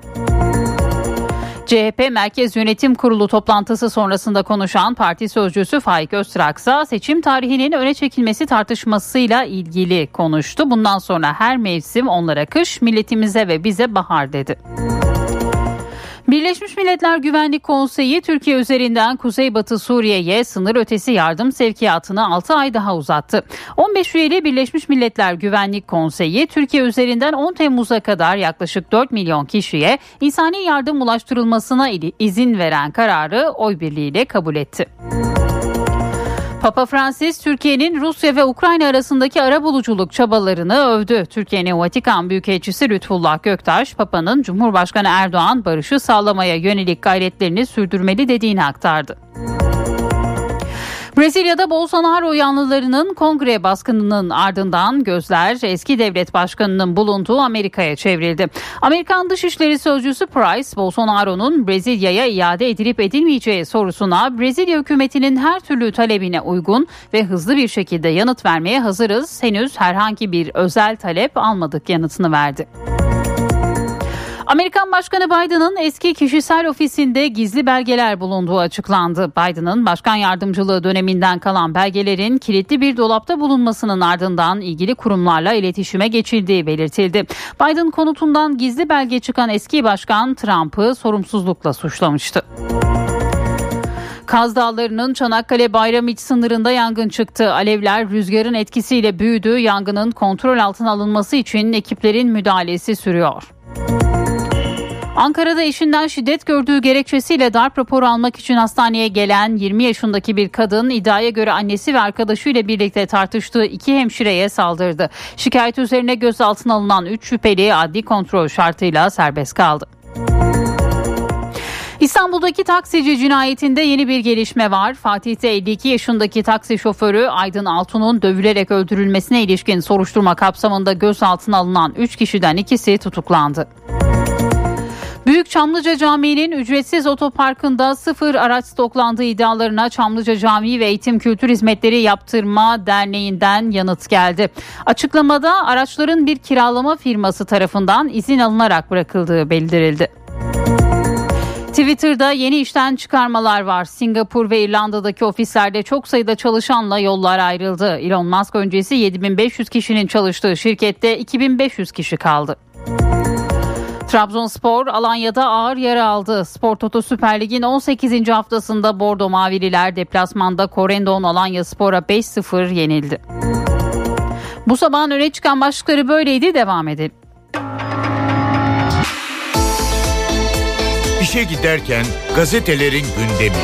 CHP Merkez Yönetim Kurulu toplantısı sonrasında konuşan parti sözcüsü Faik Öztürk ise seçim tarihinin öne çekilmesi tartışmasıyla ilgili konuştu. Bundan sonra her mevsim onlara kış, milletimize ve bize bahar dedi. Birleşmiş Milletler Güvenlik Konseyi Türkiye üzerinden Kuzeybatı Suriye'ye sınır ötesi yardım sevkiyatını 6 ay daha uzattı. 15 üyeli Birleşmiş Milletler Güvenlik Konseyi Türkiye üzerinden 10 Temmuz'a kadar yaklaşık 4 milyon kişiye insani yardım ulaştırılmasına izin veren kararı oy birliğiyle kabul etti. Papa Francis, Türkiye'nin Rusya ve Ukrayna arasındaki arabuluculuk çabalarını övdü. Türkiye'nin Vatikan Büyükelçisi Lütfullah Göktaş, Papa'nın Cumhurbaşkanı Erdoğan barışı sağlamaya yönelik gayretlerini sürdürmeli dediğini aktardı. Brezilya'da Bolsonaro yanlılarının kongre baskınının ardından gözler eski devlet başkanının bulunduğu Amerika'ya çevrildi. Amerikan Dışişleri Sözcüsü Price, Bolsonaro'nun Brezilya'ya iade edilip edilmeyeceği sorusuna Brezilya hükümetinin her türlü talebine uygun ve hızlı bir şekilde yanıt vermeye hazırız. Henüz herhangi bir özel talep almadık yanıtını verdi. Amerikan Başkanı Biden'ın eski kişisel ofisinde gizli belgeler bulunduğu açıklandı. Biden'ın başkan yardımcılığı döneminden kalan belgelerin kilitli bir dolapta bulunmasının ardından ilgili kurumlarla iletişime geçildiği belirtildi. Biden konutundan gizli belge çıkan eski başkan Trump'ı sorumsuzlukla suçlamıştı. Kaz Dağları'nın Çanakkale-Bayramiç sınırında yangın çıktı. Alevler rüzgarın etkisiyle büyüdü. Yangının kontrol altına alınması için ekiplerin müdahalesi sürüyor. Ankara'da eşinden şiddet gördüğü gerekçesiyle darp raporu almak için hastaneye gelen 20 yaşındaki bir kadın iddiaya göre annesi ve arkadaşıyla birlikte tartıştığı 2 hemşireye saldırdı. Şikayet üzerine gözaltına alınan 3 şüpheli adli kontrol şartıyla serbest kaldı. İstanbul'daki taksici cinayetinde yeni bir gelişme var. Fatih'te 52 yaşındaki taksi şoförü Aydın Altun'un dövülerek öldürülmesine ilişkin soruşturma kapsamında gözaltına alınan 3 kişiden ikisi tutuklandı. Büyük Çamlıca Camii'nin ücretsiz otoparkında 0 araç stoklandığı iddialarına Çamlıca Camii ve Eğitim Kültür Hizmetleri Yaptırma Derneği'nden yanıt geldi. Açıklamada araçların bir kiralama firması tarafından izin alınarak bırakıldığı bildirildi. Twitter'da yeni işten çıkarmalar var. Singapur ve İrlanda'daki ofislerde çok sayıda çalışanla yollar ayrıldı. Elon Musk öncesi 7.500 kişinin çalıştığı şirkette 2.500 kişi kaldı. Trabzonspor Alanya'da ağır yara aldı. Spor Toto Süper Lig'in 18. haftasında Bordo Mavililer deplasmanda Corendon Alanyaspor'a 5-0 yenildi. Bu sabahın öne çıkan başlıkları böyleydi, devam edelim. İşe giderken gazetelerin gündemi.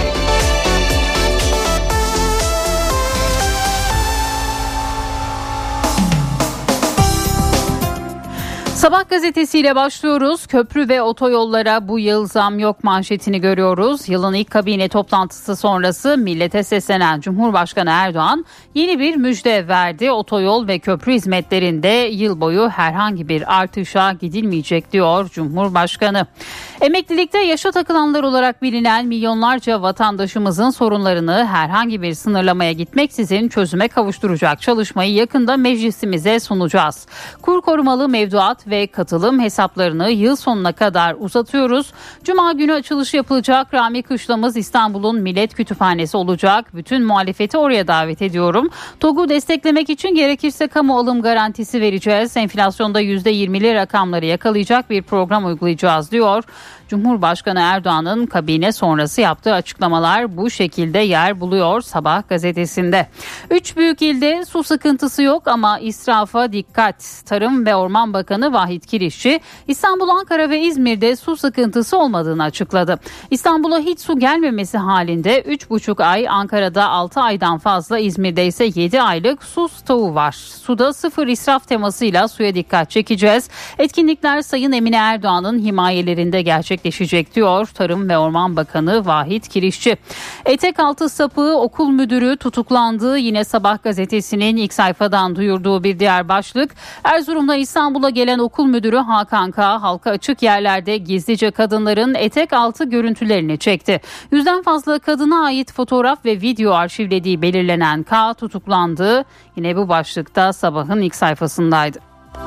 Sabah gazetesiyle başlıyoruz. Köprü ve otoyollara bu yıl zam yok manşetini görüyoruz. Yılın ilk kabine toplantısı sonrası millete seslenen Cumhurbaşkanı Erdoğan yeni bir müjde verdi. Otoyol ve köprü hizmetlerinde yıl boyu herhangi bir artışa gidilmeyecek diyor Cumhurbaşkanı. Emeklilikte yaşa takılanlar olarak bilinen milyonlarca vatandaşımızın sorunlarını herhangi bir sınırlamaya gitmeksizin çözüme kavuşturacak çalışmayı yakında meclisimize sunacağız. Kur korumalı mevduat ve katılım hesaplarını yıl sonuna kadar uzatıyoruz. Cuma günü açılış yapılacak Rami Kışlamız İstanbul'un Millet Kütüphanesi olacak. Bütün muhalefeti oraya davet ediyorum. TOG'u desteklemek için gerekirse kamu alım garantisi vereceğiz. Enflasyonda %20'li rakamları yakalayacak bir program uygulayacağız diyor. Cumhurbaşkanı Erdoğan'ın kabine sonrası yaptığı açıklamalar bu şekilde yer buluyor Sabah gazetesinde. 3 büyük ilde su sıkıntısı yok ama israfa dikkat. Tarım ve Orman Bakanı Vahit Kirişçi, İstanbul, Ankara ve İzmir'de su sıkıntısı olmadığını açıkladı. İstanbul'a hiç su gelmemesi halinde 3,5 ay, Ankara'da 6 aydan fazla, İzmir'de ise 7 aylık su stoğu var. Suda sıfır israf temasıyla suya dikkat çekeceğiz. Etkinlikler Sayın Emine Erdoğan'ın himayelerinde gerçekleşecek diyor Tarım ve Orman Bakanı Vahit Kirişçi. Etekaltı sapığı okul müdürü tutuklandı. Yine Sabah gazetesinin ilk sayfadan duyurduğu bir diğer başlık. Erzurum'dan İstanbul'a gelen okul müdürü Hakan K. halka açık yerlerde gizlice kadınların etek altı görüntülerini çekti. 100'den fazla kadına ait fotoğraf ve video arşivlediği belirlenen K. tutuklandı. Yine bu başlıkta Sabah'ın ilk sayfasındaydı.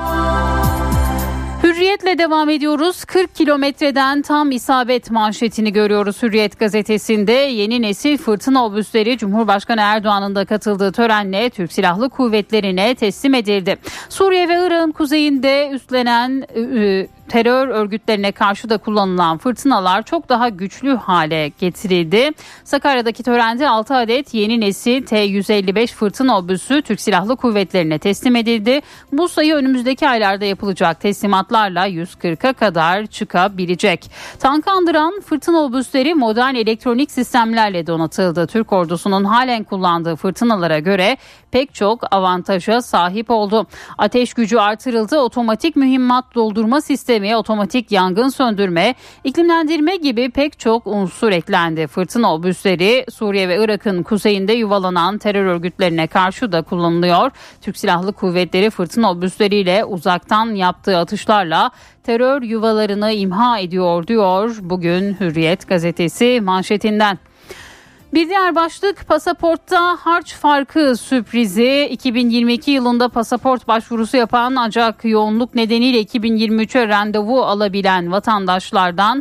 Hürriyetle devam ediyoruz. 40 kilometreden tam isabet manşetini görüyoruz Hürriyet gazetesinde. Yeni nesil fırtına obüsleri Cumhurbaşkanı Erdoğan'ın da katıldığı törenle Türk Silahlı Kuvvetleri'ne teslim edildi. Suriye ve Irak'ın kuzeyinde üstlenen terör örgütlerine karşı da kullanılan fırtınalar çok daha güçlü hale getirildi. Sakarya'daki törende 6 adet yeni nesil T-155 fırtına obüsü Türk Silahlı Kuvvetleri'ne teslim edildi. Bu sayı önümüzdeki aylarda yapılacak teslimatlarla 140'a kadar çıkabilecek. Tankı andıran fırtına obüsleri modern elektronik sistemlerle donatıldı. Türk ordusunun halen kullandığı fırtınalara göre pek çok avantaja sahip oldu. Ateş gücü artırıldı. Otomatik mühimmat doldurma sistemi, otomatik yangın söndürme, iklimlendirme gibi pek çok unsur eklendi. Fırtına obüsleri Suriye ve Irak'ın kuzeyinde yuvalanan terör örgütlerine karşı da kullanılıyor. Türk Silahlı Kuvvetleri fırtına obüsleriyle uzaktan yaptığı atışlarla terör yuvalarını imha ediyor diyor bugün Hürriyet gazetesi manşetinden. Bir diğer başlık pasaportta harç farkı sürprizi. 2022 yılında pasaport başvurusu yapan ancak yoğunluk nedeniyle 2023'e randevu alabilen vatandaşlardan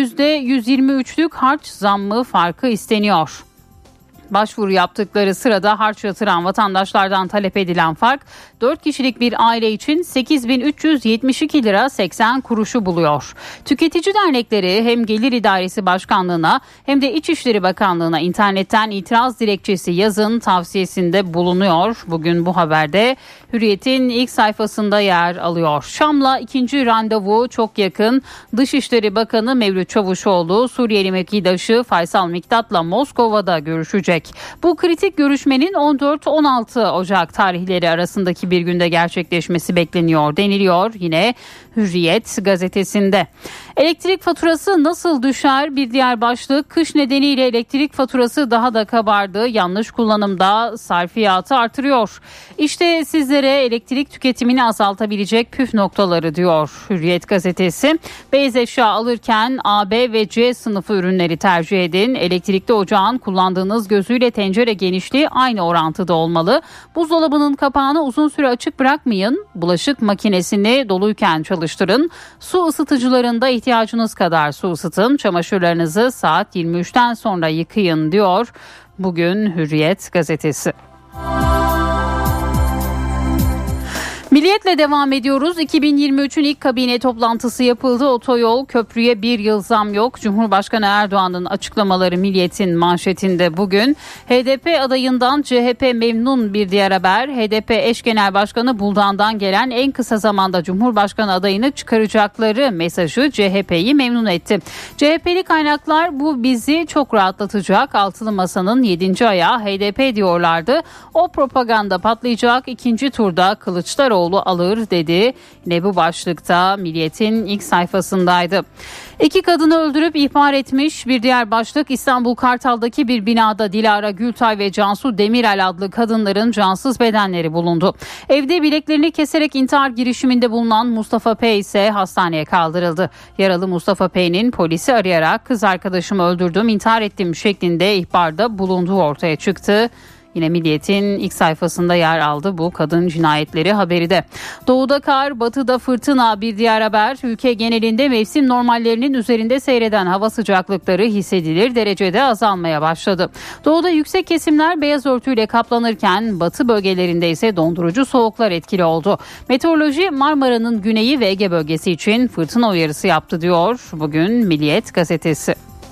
%123'lük harç zammı farkı isteniyor. Başvuru yaptıkları sırada harç yatıran vatandaşlardan talep edilen fark 4 kişilik bir aile için 8.372 lira 80 kuruşu buluyor. Tüketici dernekleri hem Gelir İdaresi Başkanlığı'na hem de İçişleri Bakanlığı'na internetten itiraz dilekçesi yazın tavsiyesinde bulunuyor. Bugün bu haberde Hürriyet'in ilk sayfasında yer alıyor. Şam'la ikinci randevu çok yakın. Dışişleri Bakanı Mevlüt Çavuşoğlu Suriyeli mevkidaşı Faysal Miktat'la Moskova'da görüşecek. Bu kritik görüşmenin 14-16 Ocak tarihleri arasındaki bir günde gerçekleşmesi bekleniyor deniliyor yine Hürriyet gazetesinde. Elektrik faturası nasıl düşer? Bir diğer başlık. Kış nedeniyle elektrik faturası daha da kabardı. Yanlış kullanımda sarfiyatı artırıyor. İşte sizlere elektrik tüketimini azaltabilecek püf noktaları diyor Hürriyet gazetesi. Beyaz eşya alırken A, B ve C sınıfı ürünleri tercih edin. Elektrikli ocağın kullandığınız gözüyle tencere genişliği aynı orantıda olmalı. Buzdolabının kapağını uzun süre açık bırakmayın. Bulaşık makinesini doluyken çalıştırın. Su ısıtıcılarında ihtiyacınız kadar su ısıtın. Çamaşırlarınızı saat 23'ten sonra yıkayın diyor bugün Hürriyet gazetesi. Milliyetle devam ediyoruz. 2023'ün ilk kabine toplantısı yapıldı. Otoyol, köprüye bir yıl zam yok. Cumhurbaşkanı Erdoğan'ın açıklamaları Milliyet'in manşetinde bugün. HDP adayından CHP memnun bir diğer haber. HDP eş genel başkanı Buldan'dan gelen en kısa zamanda Cumhurbaşkanı adayını çıkaracakları mesajı CHP'yi memnun etti. CHP'li kaynaklar bu bizi çok rahatlatacak. Altılı Masa'nın 7. ayağı HDP diyorlardı. O propaganda patlayacak. İkinci turda Kılıçdaroğlu alır dedi. Yine bu başlıkta Milliyet'in ilk sayfasındaydı. 2 kadını öldürüp ihbar etmiş bir diğer başlık İstanbul Kartal'daki bir binada Dilara Gültay ve Cansu Demirel adlı kadınların cansız bedenleri bulundu. Evde bileklerini keserek intihar girişiminde bulunan Mustafa P ise hastaneye kaldırıldı. Yaralı Mustafa P'nin polisi arayarak kız arkadaşımı öldürdüm, intihar ettim şeklinde ihbarda bulunduğu ortaya çıktı. Yine Milliyet'in ilk sayfasında yer aldı bu kadın cinayetleri haberi de. Doğuda kar, batıda fırtına bir diğer haber. Ülke genelinde mevsim normallerinin üzerinde seyreden hava sıcaklıkları hissedilir derecede azalmaya başladı. Doğuda yüksek kesimler beyaz örtüyle kaplanırken batı bölgelerinde ise dondurucu soğuklar etkili oldu. Meteoroloji Marmara'nın güneyi ve Ege bölgesi için fırtına uyarısı yaptı diyor bugün Milliyet gazetesi.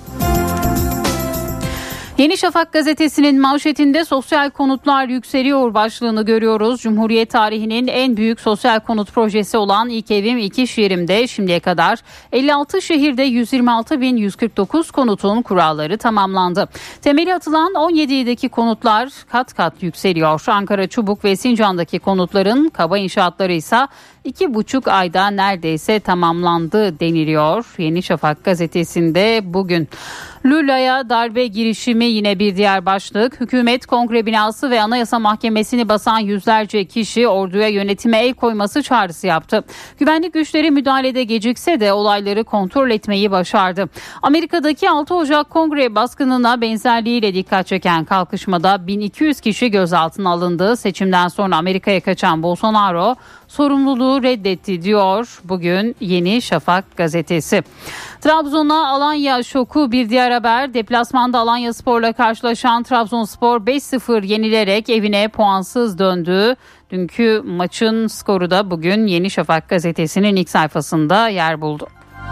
Yeni Şafak gazetesinin manşetinde sosyal konutlar yükseliyor başlığını görüyoruz. Cumhuriyet tarihinin en büyük sosyal konut projesi olan İlk Evim İlk İş Yerim'de şimdiye kadar 56 şehirde 126.149 konutun kuralları tamamlandı. Temeli atılan 17 ildeki konutlar kat kat yükseliyor. Ankara, Çubuk ve Sincan'daki konutların kaba inşaatları ise 2,5 ayda neredeyse tamamlandı deniliyor. Yeni Şafak gazetesinde bugün. Lula'ya darbe girişimi yine bir diğer başlık. Hükümet Kongre binası ve Anayasa Mahkemesi'ni basan yüzlerce kişi orduya yönetime el koyması çağrısı yaptı. Güvenlik güçleri müdahalede gecikse de olayları kontrol etmeyi başardı. Amerika'daki 6 Ocak Kongre baskınına benzerliğiyle dikkat çeken kalkışmada 1200 kişi gözaltına alındı. Seçimden sonra Amerika'ya kaçan Bolsonaro sorumluluğu reddetti diyor bugün Yeni Şafak gazetesi. Trabzon'a Alanya şoku bir diğer haber. Deplasmanda Alanyaspor'la karşılaşan Trabzonspor 5-0 yenilerek evine puansız döndü. Dünkü maçın skoru da bugün Yeni Şafak gazetesinin ilk sayfasında yer buldu.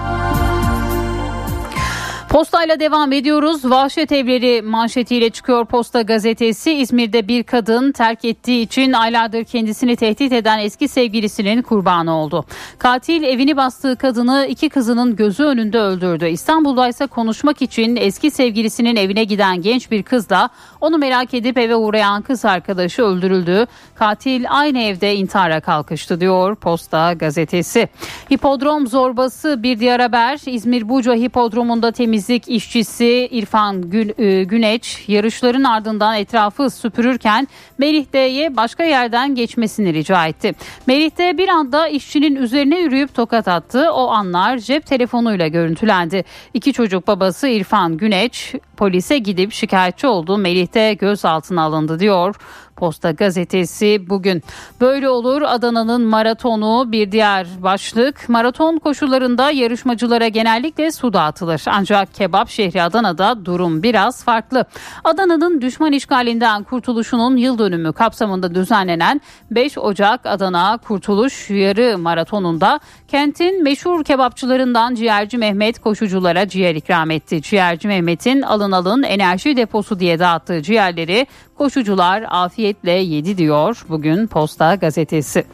Postayla devam ediyoruz. Vahşet evleri manşetiyle çıkıyor Posta gazetesi. İzmir'de bir kadın terk ettiği için aylardır kendisini tehdit eden eski sevgilisinin kurbanı oldu. Katil evini bastığı kadını 2 kızının gözü önünde öldürdü. İstanbul'da ise konuşmak için eski sevgilisinin evine giden genç bir kızla onu merak edip eve uğrayan kız arkadaşı öldürüldü. Katil aynı evde intihara kalkıştı diyor Posta gazetesi. Hipodrom zorbası bir diğer haber. İzmir Buca Hipodromu'nda temizlik işçisi İrfan Güneç yarışların ardından etrafı süpürürken Melih D'ye başka yerden geçmesini rica etti. Melih D bir anda işçinin üzerine yürüyüp tokat attı. O anlar cep telefonuyla görüntülendi. 2 çocuk babası İrfan Güneç polise gidip şikayetçi oldu. Melih D gözaltına alındı diyor Posta gazetesi bugün. Böyle olur Adana'nın maratonu bir diğer başlık. Maraton koşularında yarışmacılara genellikle su dağıtılır. Ancak kebap şehri Adana'da durum biraz farklı. Adana'nın düşman işgalinden kurtuluşunun yıl dönümü kapsamında düzenlenen 5 Ocak Adana Kurtuluş Yarı Maratonu'nda kentin meşhur kebapçılarından Ciğerci Mehmet koşuculara ciğer ikram etti. Ciğerci Mehmet'in alın enerji deposu diye dağıttığı ciğerleri koşucular afiyetle yedi diyor bugün Posta gazetesi.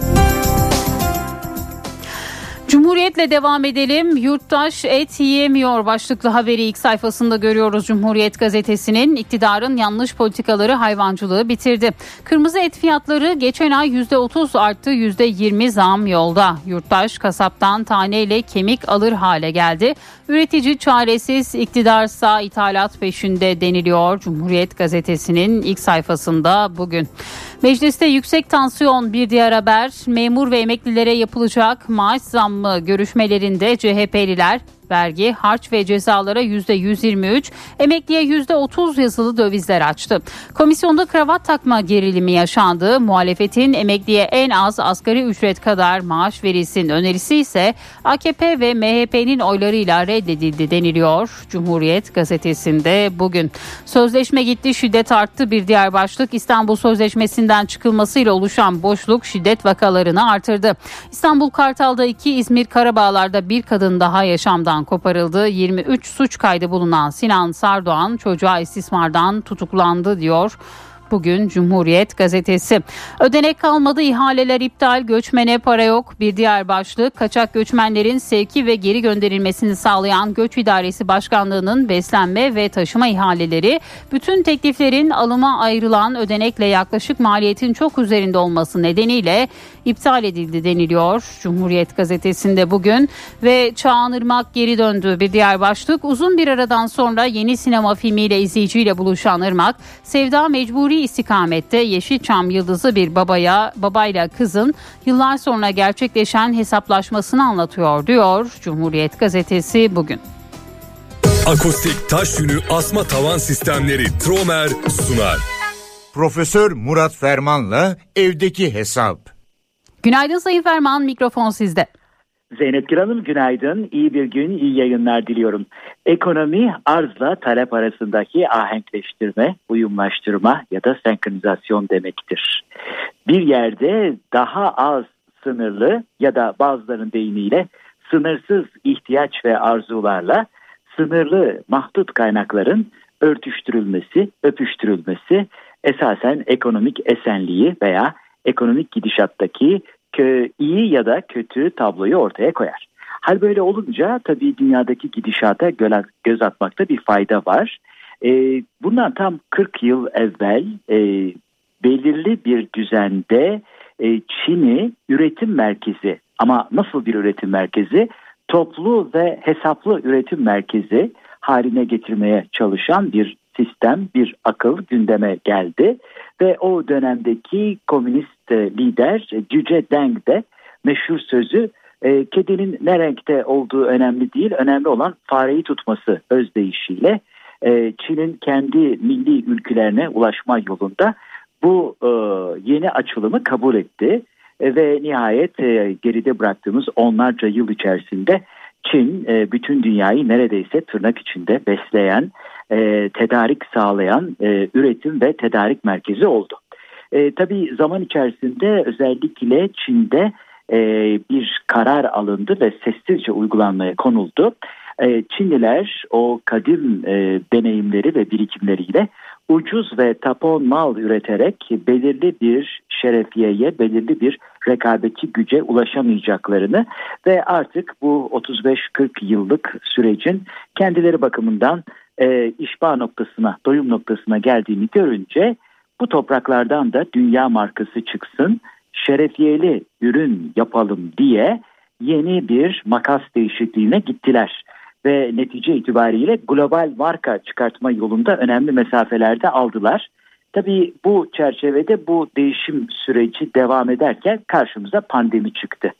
Cumhuriyet'le devam edelim. Yurttaş et yiyemiyor başlıklı haberi ilk sayfasında görüyoruz Cumhuriyet gazetesinin. İktidarın yanlış politikaları hayvancılığı bitirdi. Kırmızı et fiyatları geçen ay %30 arttı, %20 zam yolda. Yurttaş kasaptan taneyle kemik alır hale geldi. Üretici çaresiz, iktidarsa ithalat peşinde deniliyor Cumhuriyet gazetesinin ilk sayfasında bugün. Mecliste yüksek tansiyon bir diğer haber. Memur ve emeklilere yapılacak maaş zammı görüşmelerinde CHP'liler Vergi, harç ve cezalara %123, emekliye %30 yazılı dövizler açtı. Komisyonda kravat takma gerilimi yaşandı. Muhalefetin emekliye en az asgari ücret kadar maaş verilsin önerisi ise AKP ve MHP'nin oylarıyla reddedildi deniliyor. Cumhuriyet gazetesinde bugün. Sözleşme gitti, şiddet arttı. Bir diğer başlık, İstanbul Sözleşmesi'nden çıkılmasıyla oluşan boşluk şiddet vakalarını artırdı. İstanbul Kartal'da 2, İzmir Karabağlar'da bir kadın daha yaşamdan koparıldı. 23 suç kaydı bulunan Sinan Sardoğan çocuğa istismardan tutuklandı diyor bugün Cumhuriyet gazetesi. Ödenek kalmadı, ihaleler iptal, göçmene para yok. Bir diğer başlık, kaçak göçmenlerin sevki ve geri gönderilmesini sağlayan Göç İdaresi Başkanlığı'nın beslenme ve taşıma ihaleleri bütün tekliflerin alıma ayrılan ödenekle yaklaşık maliyetin çok üzerinde olması nedeniyle iptal edildi deniliyor Cumhuriyet gazetesinde bugün. Ve Çağan Irmak geri döndü, bir diğer başlık. Uzun bir aradan sonra yeni sinema filmiyle izleyiciyle buluşan Irmak, Sevda Mecburi istikamette Yeşilçam yıldızı bir babayla kızın yıllar sonra gerçekleşen hesaplaşmasını anlatıyor diyor Cumhuriyet gazetesi bugün. Akustik taş yünü asma tavan sistemleri Tromer sunar. Profesör Murat Ferman'la evdeki hesap. Günaydın Sayın Ferman, mikrofon sizde. Zeynep Gül Hanım günaydın, iyi bir gün, iyi yayınlar diliyorum. Ekonomi arzla talep arasındaki ahenkleştirme, uyumlaştırma ya da senkronizasyon demektir. Bir yerde daha az sınırlı ya da bazılarının deyimiyle sınırsız ihtiyaç ve arzularla sınırlı mahdut kaynakların örtüştürülmesi, öpüştürülmesi esasen ekonomik esenliği veya ekonomik gidişattaki iyi ya da kötü tabloyu ortaya koyar. Hal böyle olunca tabii dünyadaki gidişata göz atmakta bir fayda var. Bundan tam 40 yıl evvel belirli bir düzende Çin'i üretim merkezi, ama nasıl bir üretim merkezi? Toplu ve hesaplı üretim merkezi haline getirmeye çalışan bir sistem, bir akıl gündeme geldi. Ve o dönemdeki komünist lider Cüce Deng de meşhur sözü, kedinin ne renkte olduğu önemli değil, önemli olan fareyi tutması özdeyişiyle Çin'in kendi milli ülkelerine ulaşma yolunda bu yeni açılımı kabul etti. Ve nihayet geride bıraktığımız onlarca yıl içerisinde Çin bütün dünyayı neredeyse tırnak içinde besleyen, tedarik sağlayan üretim ve tedarik merkezi oldu. Tabii zaman içerisinde özellikle Çin'de bir karar alındı ve sessizce uygulanmaya konuldu. Çinliler o kadim deneyimleri ve birikimleriyle ucuz ve tapon mal üreterek belirli bir şerefiyeye, belirli bir rekabetçi güce ulaşamayacaklarını ve artık bu 35-40 yıllık sürecin kendileri bakımından işba noktasına, doyum noktasına geldiğini görünce bu topraklardan da dünya markası çıksın, şerefiyeli ürün yapalım diye yeni bir makas değişikliğine gittiler. Ve netice itibariyle global marka çıkartma yolunda önemli mesafelerde aldılar. Tabii bu çerçevede bu değişim süreci devam ederken karşımıza pandemi çıktı.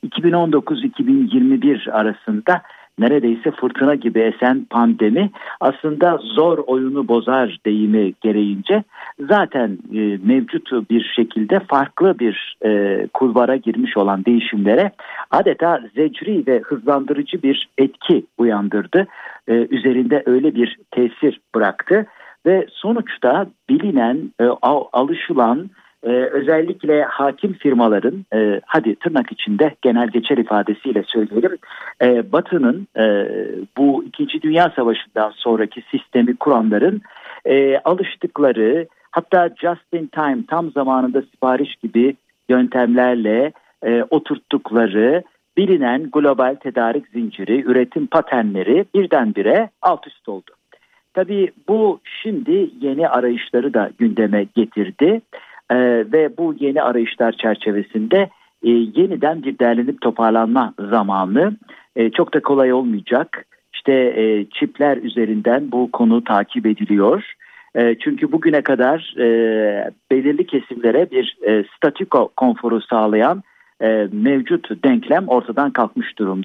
2019-2021 arasında neredeyse fırtına gibi esen pandemi aslında zor oyunu bozar deyimi gereğince zaten mevcut bir şekilde farklı bir kulvara girmiş olan değişimlere adeta zecri ve hızlandırıcı bir etki uyandırdı. Üzerinde öyle bir tesir bıraktı ve sonuçta bilinen, alışılan özellikle hakim firmaların, hadi tırnak içinde genel geçer ifadesiyle söyleyelim, Batı'nın bu 2. Dünya Savaşı'ndan sonraki sistemi kuranların alıştıkları, hatta just in time, tam zamanında sipariş gibi yöntemlerle oturttukları bilinen global tedarik zinciri, üretim paternleri birdenbire alt üst oldu. Tabii bu şimdi yeni arayışları da gündeme getirdi. Ve bu yeni arayışlar çerçevesinde yeniden bir derlenip toparlanma zamanı çok da kolay olmayacak. İşte çipler üzerinden bu konu takip ediliyor. Çünkü bugüne kadar belirli kesimlere bir statü konforu sağlayan mevcut denklem ortadan kalkmış durumda.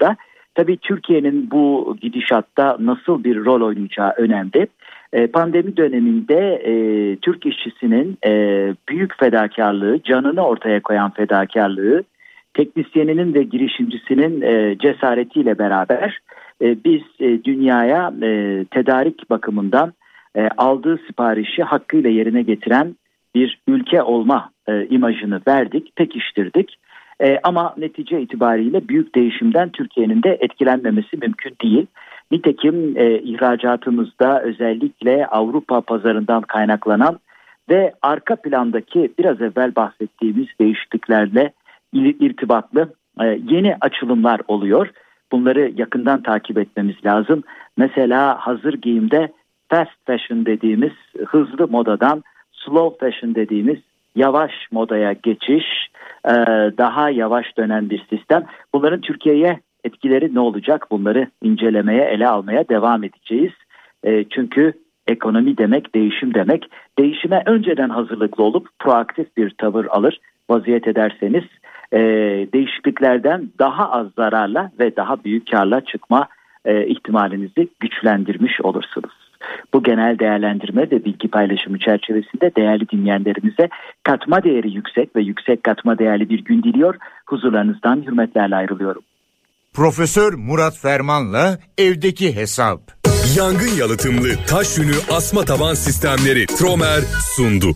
Tabii Türkiye'nin bu gidişatta nasıl bir rol oynayacağı önemli. Pandemi döneminde Türk işçisinin büyük fedakarlığı, canını ortaya koyan fedakarlığı, teknisyeninin ve girişimcisinin cesaretiyle beraber biz dünyaya tedarik bakımından aldığı siparişi hakkıyla yerine getiren bir ülke olma imajını verdik, pekiştirdik. Ama netice itibariyle büyük değişimden Türkiye'nin de etkilenmemesi mümkün değil. Nitekim ihracatımızda özellikle Avrupa pazarından kaynaklanan ve arka plandaki biraz evvel bahsettiğimiz değişikliklerle irtibatlı yeni açılımlar oluyor. Bunları yakından takip etmemiz lazım. Mesela hazır giyimde fast fashion dediğimiz hızlı modadan slow fashion dediğimiz yavaş modaya geçiş, daha yavaş dönen bir sistem. Bunların Türkiye'ye etkileri ne olacak? Bunları incelemeye, ele almaya devam edeceğiz. Çünkü ekonomi demek, değişim demek. Değişime önceden hazırlıklı olup proaktif bir tavır alır, vaziyet ederseniz değişikliklerden daha az zararla ve daha büyük karla çıkma ihtimalinizi güçlendirmiş olursunuz. Bu genel değerlendirme ve bilgi paylaşımı çerçevesinde değerli dinleyenlerimize katma değeri yüksek ve yüksek katma değerli bir gün diliyor. Huzurlarınızdan hürmetlerle ayrılıyorum. Profesör Murat Ferman'la evdeki hesap. Yangın yalıtımlı taş yünü asma tavan sistemleri Tromer sundu.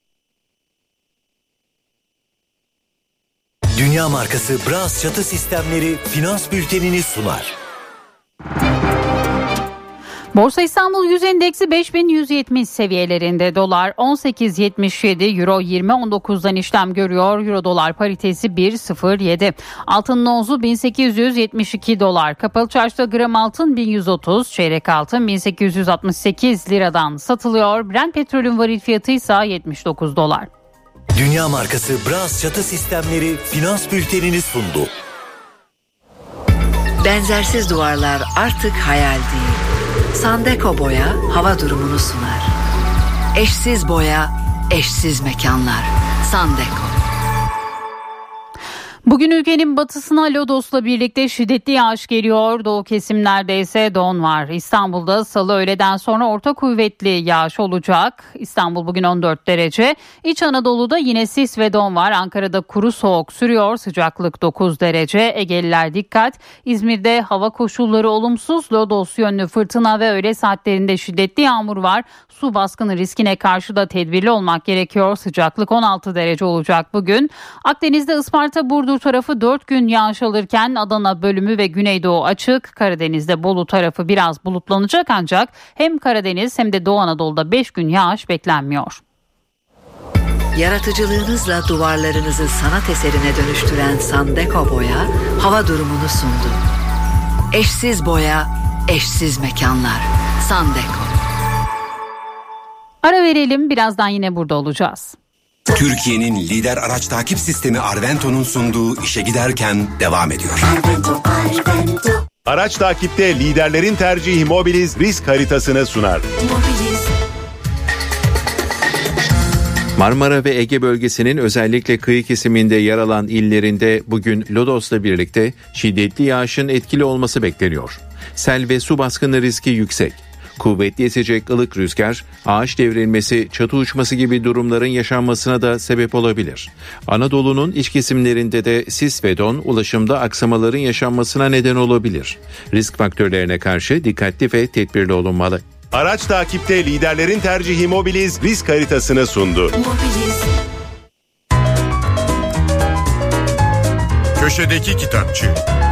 Dünya markası Bras çatı sistemleri finans bültenini sunar. Borsa İstanbul Yüz Endeksi 5170 seviyelerinde, dolar 18.77, euro 20.19'dan işlem görüyor. Euro dolar paritesi 1.07. Altının onzu 1872 dolar. Kapalı çarşıda gram altın 1130, çeyrek altın 1868 liradan satılıyor. Brent petrolün varil fiyatı ise 79 dolar. Dünya markası Bras çatı sistemleri finans bültenini sundu. Benzersiz duvarlar artık hayal değil. Sandeko Boya hava durumunu sunar. Eşsiz boya, eşsiz mekanlar. Sandeko. Bugün ülkenin batısına lodosla birlikte şiddetli yağış geliyor. Doğu kesimlerde ise don var. İstanbul'da salı öğleden sonra orta kuvvetli yağış olacak. İstanbul bugün 14 derece. İç Anadolu'da yine sis ve don var. Ankara'da kuru soğuk sürüyor. Sıcaklık 9 derece. Egeliler dikkat. İzmir'de hava koşulları olumsuz. Lodos yönlü fırtına ve öğle saatlerinde şiddetli yağmur var. Su baskını riskine karşı da tedbirli olmak gerekiyor. Sıcaklık 16 derece olacak bugün. Akdeniz'de Isparta, Burdur tarafı 4 gün yağış alırken Adana bölümü ve Güneydoğu açık. Karadeniz'de Bolu tarafı biraz bulutlanacak ancak hem Karadeniz hem de Doğu Anadolu'da 5 gün yağış beklenmiyor. Yaratıcılığınızla duvarlarınızı sanat eserine dönüştüren Sandeko Boya hava durumunu sundu. Eşsiz boya, eşsiz mekanlar. Sandeko. Ara verelim, birazdan yine burada olacağız. Türkiye'nin lider araç takip sistemi Arvento'nun sunduğu İşe Giderken devam ediyor. Araç takipte liderlerin tercihi Mobiliz risk haritasını sunar. Marmara ve Ege bölgesinin özellikle kıyı kesiminde yer alan illerinde bugün lodosla birlikte şiddetli yağışın etkili olması bekleniyor. Sel ve su baskını riski yüksek. Kuvvetli esecek ılık rüzgar, ağaç devrilmesi, çatı uçması gibi durumların yaşanmasına da sebep olabilir. Anadolu'nun iç kesimlerinde de sis ve don ulaşımda aksamaların yaşanmasına neden olabilir. Risk faktörlerine karşı dikkatli ve tedbirli olunmalı. Araç takipte liderlerin tercihi Mobiliz risk haritasını sundu. Köşedeki kitapçı.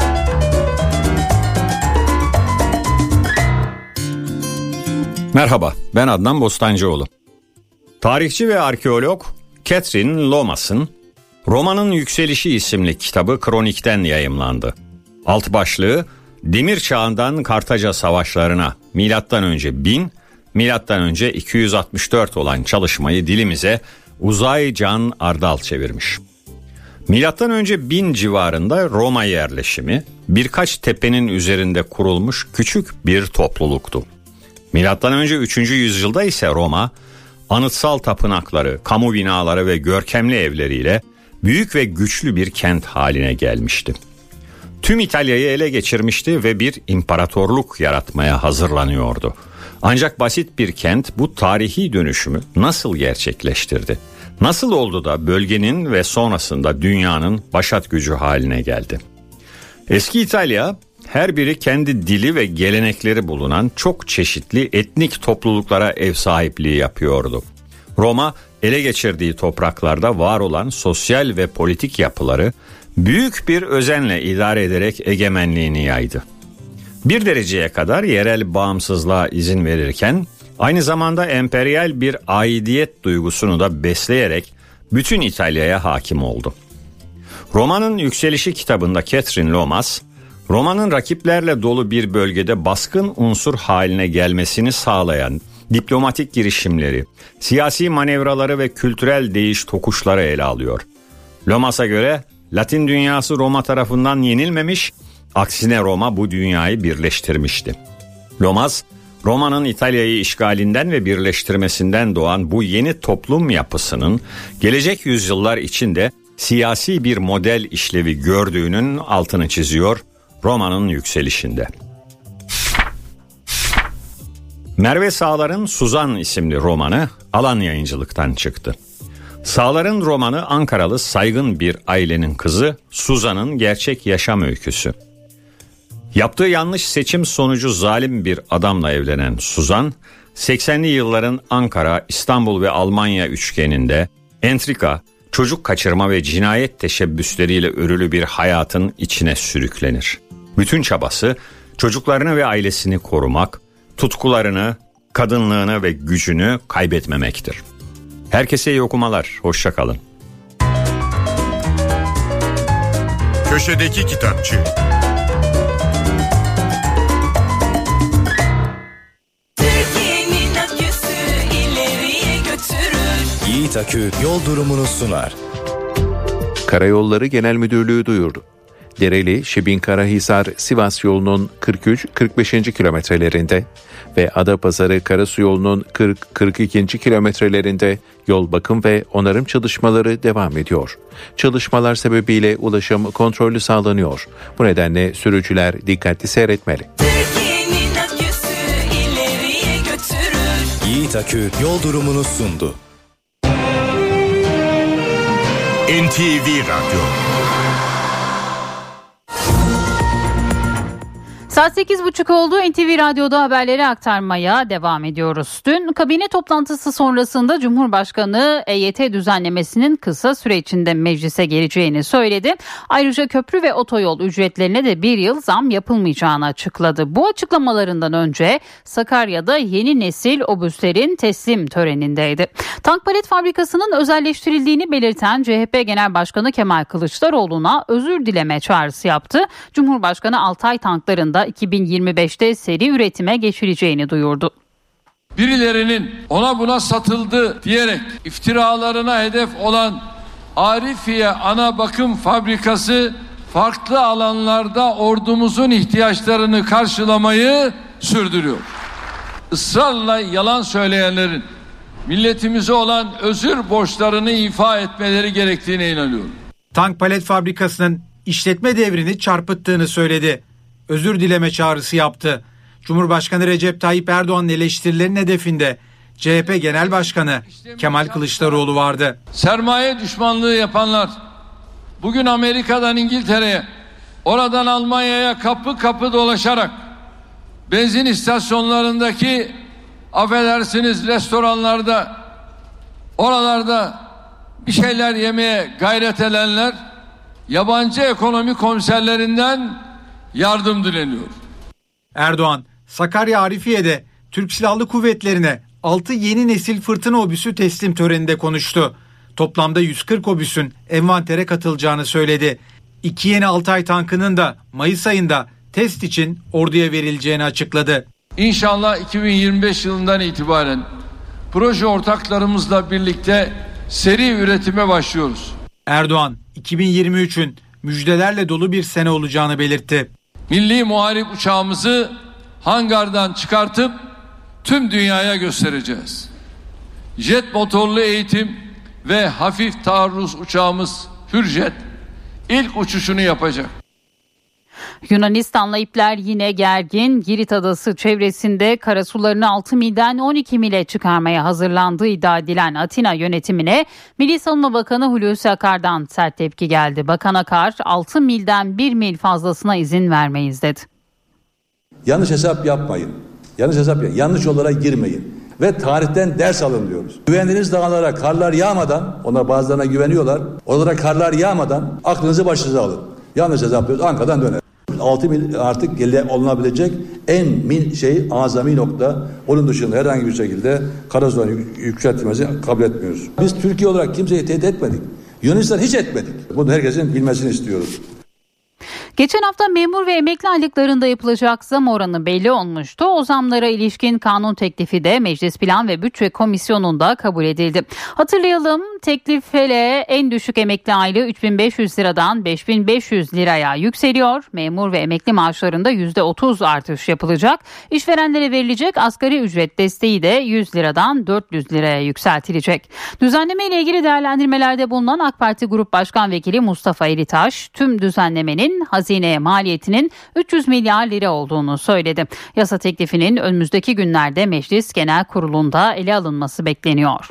Merhaba, ben Adnan Bostancıoğlu. Tarihçi ve arkeolog Catherine Lomas'ın Roma'nın Yükselişi isimli kitabı Kronik'ten yayımlandı. Alt başlığı Demir Çağı'ndan Kartaca Savaşlarına M.Ö. 1000, M.Ö. 264 olan çalışmayı dilimize Uzay Can Ardal çevirmiş. M.Ö. 1000 civarında Roma yerleşimi birkaç tepenin üzerinde kurulmuş küçük bir topluluktu. M.Ö. 3. yüzyılda ise Roma, anıtsal tapınakları, kamu binaları ve görkemli evleriyle büyük ve güçlü bir kent haline gelmişti. Tüm İtalya'yı ele geçirmişti ve bir imparatorluk yaratmaya hazırlanıyordu. Ancak basit bir kent bu tarihi dönüşümü nasıl gerçekleştirdi? Nasıl oldu da bölgenin ve sonrasında dünyanın başat gücü haline geldi? Eski İtalya, her biri kendi dili ve gelenekleri bulunan çok çeşitli etnik topluluklara ev sahipliği yapıyordu. Roma, ele geçirdiği topraklarda var olan sosyal ve politik yapıları büyük bir özenle idare ederek egemenliğini yaydı. Bir dereceye kadar yerel bağımsızlığa izin verirken aynı zamanda emperyal bir aidiyet duygusunu da besleyerek bütün İtalya'ya hakim oldu. Roma'nın Yükselişi kitabında Catherine Lomas, Roma'nın rakiplerle dolu bir bölgede baskın unsur haline gelmesini sağlayan diplomatik girişimleri, siyasi manevraları ve kültürel değiş tokuşları ele alıyor. Lomas'a göre Latin dünyası Roma tarafından yenilmemiş, aksine Roma bu dünyayı birleştirmişti. Lomas, Roma'nın İtalya'yı işgalinden ve birleştirmesinden doğan bu yeni toplum yapısının gelecek yüzyıllar içinde siyasi bir model işlevi gördüğünün altını çiziyor Roma'nın Yükselişinde. Merve Sağlar'ın Suzan isimli romanı Alan Yayıncılık'tan çıktı. Sağlar'ın romanı Ankaralı saygın bir ailenin kızı Suzan'ın gerçek yaşam öyküsü. Yaptığı yanlış seçim sonucu zalim bir adamla evlenen Suzan, 80'li yılların Ankara, İstanbul ve Almanya üçgeninde entrika, çocuk kaçırma ve cinayet teşebbüsleriyle örülü bir hayatın içine sürüklenir. Bütün çabası çocuklarını ve ailesini korumak, tutkularını, kadınlığını ve gücünü kaybetmemektir. Herkese iyi okumalar, hoşça kalın. Köşedeki Kitapçı. Türkiye'nin aküsü ileriye götürür. Yiğit Akü yol durumunu sunar. Karayolları Genel Müdürlüğü duyurdu. Dereli, Şibinkarahisar, Sivas yolunun 43-45. kilometrelerinde ve Adapazarı Karasu yolunun 40-42. kilometrelerinde yol bakım ve onarım çalışmaları devam ediyor. Çalışmalar sebebiyle ulaşım kontrollü sağlanıyor. Bu nedenle sürücüler dikkatli seyretmeli. Türkiye'nin aküsü ileriye götürür. Yiğit Akü yol durumunu sundu. NTV Radyo. Saat 8.30 oldu. NTV Radyo'da haberleri aktarmaya devam ediyoruz. Dün kabine toplantısı sonrasında Cumhurbaşkanı EYT düzenlemesinin kısa süre içinde meclise geleceğini söyledi. Ayrıca köprü ve otoyol ücretlerine de bir yıl zam yapılmayacağını açıkladı. Bu açıklamalarından önce Sakarya'da yeni nesil obüslerin teslim törenindeydi. Tank palet fabrikasının özelleştirildiğini belirten CHP Genel Başkanı Kemal Kılıçdaroğlu'na özür dileme çağrısı yaptı. Cumhurbaşkanı Altay tanklarında 2025'te seri üretime geçileceğini duyurdu. Birilerinin ona buna satıldı diyerek iftiralarına hedef olan Arifiye Ana Bakım Fabrikası farklı alanlarda ordumuzun ihtiyaçlarını karşılamayı sürdürüyor. Israrla yalan söyleyenlerin milletimize olan özür borçlarını ifa etmeleri gerektiğine inanıyorum. Tank palet fabrikasının işletme devrini çarpıttığını söyledi. Özür dileme çağrısı yaptı. Cumhurbaşkanı Recep Tayyip Erdoğan'ın eleştirilerinin hedefinde CHP Genel Başkanı Kemal Kılıçdaroğlu vardı. Sermaye düşmanlığı yapanlar bugün Amerika'dan İngiltere'ye, oradan Almanya'ya kapı kapı dolaşarak benzin istasyonlarındaki, affedersiniz, restoranlarda, oralarda bir şeyler yemeye gayret edenler yabancı ekonomi komiserlerinden yardım dileniyor. Erdoğan, Sakarya Arifiye'de Türk Silahlı Kuvvetleri'ne 6 yeni nesil fırtına obüsü teslim töreninde konuştu. Toplamda 140 obüsün envantere katılacağını söyledi. 2 yeni Altay tankının da Mayıs ayında test için orduya verileceğini açıkladı. İnşallah 2025 yılından itibaren proje ortaklarımızla birlikte seri üretime başlıyoruz. Erdoğan, 2023'ün müjdelerle dolu bir sene olacağını belirtti. Milli Muharip uçağımızı hangardan çıkartıp tüm dünyaya göstereceğiz. Jet motorlu eğitim ve hafif taarruz uçağımız Hürjet ilk uçuşunu yapacak. Yunanistan'la ipler yine gergin. Girit Adası çevresinde karasularını 6 milden 12 mile çıkarmaya hazırlandığı iddia edilen Atina yönetimine Milli Savunma Bakanı Hulusi Akar'dan sert tepki geldi. Bakan Akar 6 milden 1 mil fazlasına izin vermeyiz dedi. Yanlış hesap yapmayın. Yanlış yollara girmeyin. Ve tarihten ders alın diyoruz. Güvendiğiniz dağlara karlar yağmadan, ona bazılarına güveniyorlar. Oralara karlar yağmadan aklınızı başınıza alın. Yanlış hesap yapıyoruz, Ankara'dan döner. 6 mil artık olunabilecek en azami nokta. Onun dışında herhangi bir şekilde karasularını yükseltmemizi kabul etmiyoruz. Biz Türkiye olarak kimseyi tehdit etmedik. Yunanistan hiç etmedik. Bunu herkesin bilmesini istiyoruz. Geçen hafta memur ve emekli aylıklarında yapılacak zam oranı belli olmuştu. O zamlara ilişkin kanun teklifi de Meclis Plan ve Bütçe Komisyonu'nda kabul edildi. Hatırlayalım, teklifle en düşük emekli aylığı 3.500 liradan 5.500 liraya yükseliyor. Memur ve emekli maaşlarında %30 artış yapılacak. İşverenlere verilecek asgari ücret desteği de 100 liradan 400 liraya yükseltilecek. Düzenleme ile ilgili değerlendirmelerde bulunan AK Parti Grup Başkan Vekili Mustafa Elitaş, tüm düzenlemenin hazineye maliyetinin 300 milyar lira olduğunu söyledi. Yasa teklifinin önümüzdeki günlerde Meclis Genel Kurulu'nda ele alınması bekleniyor.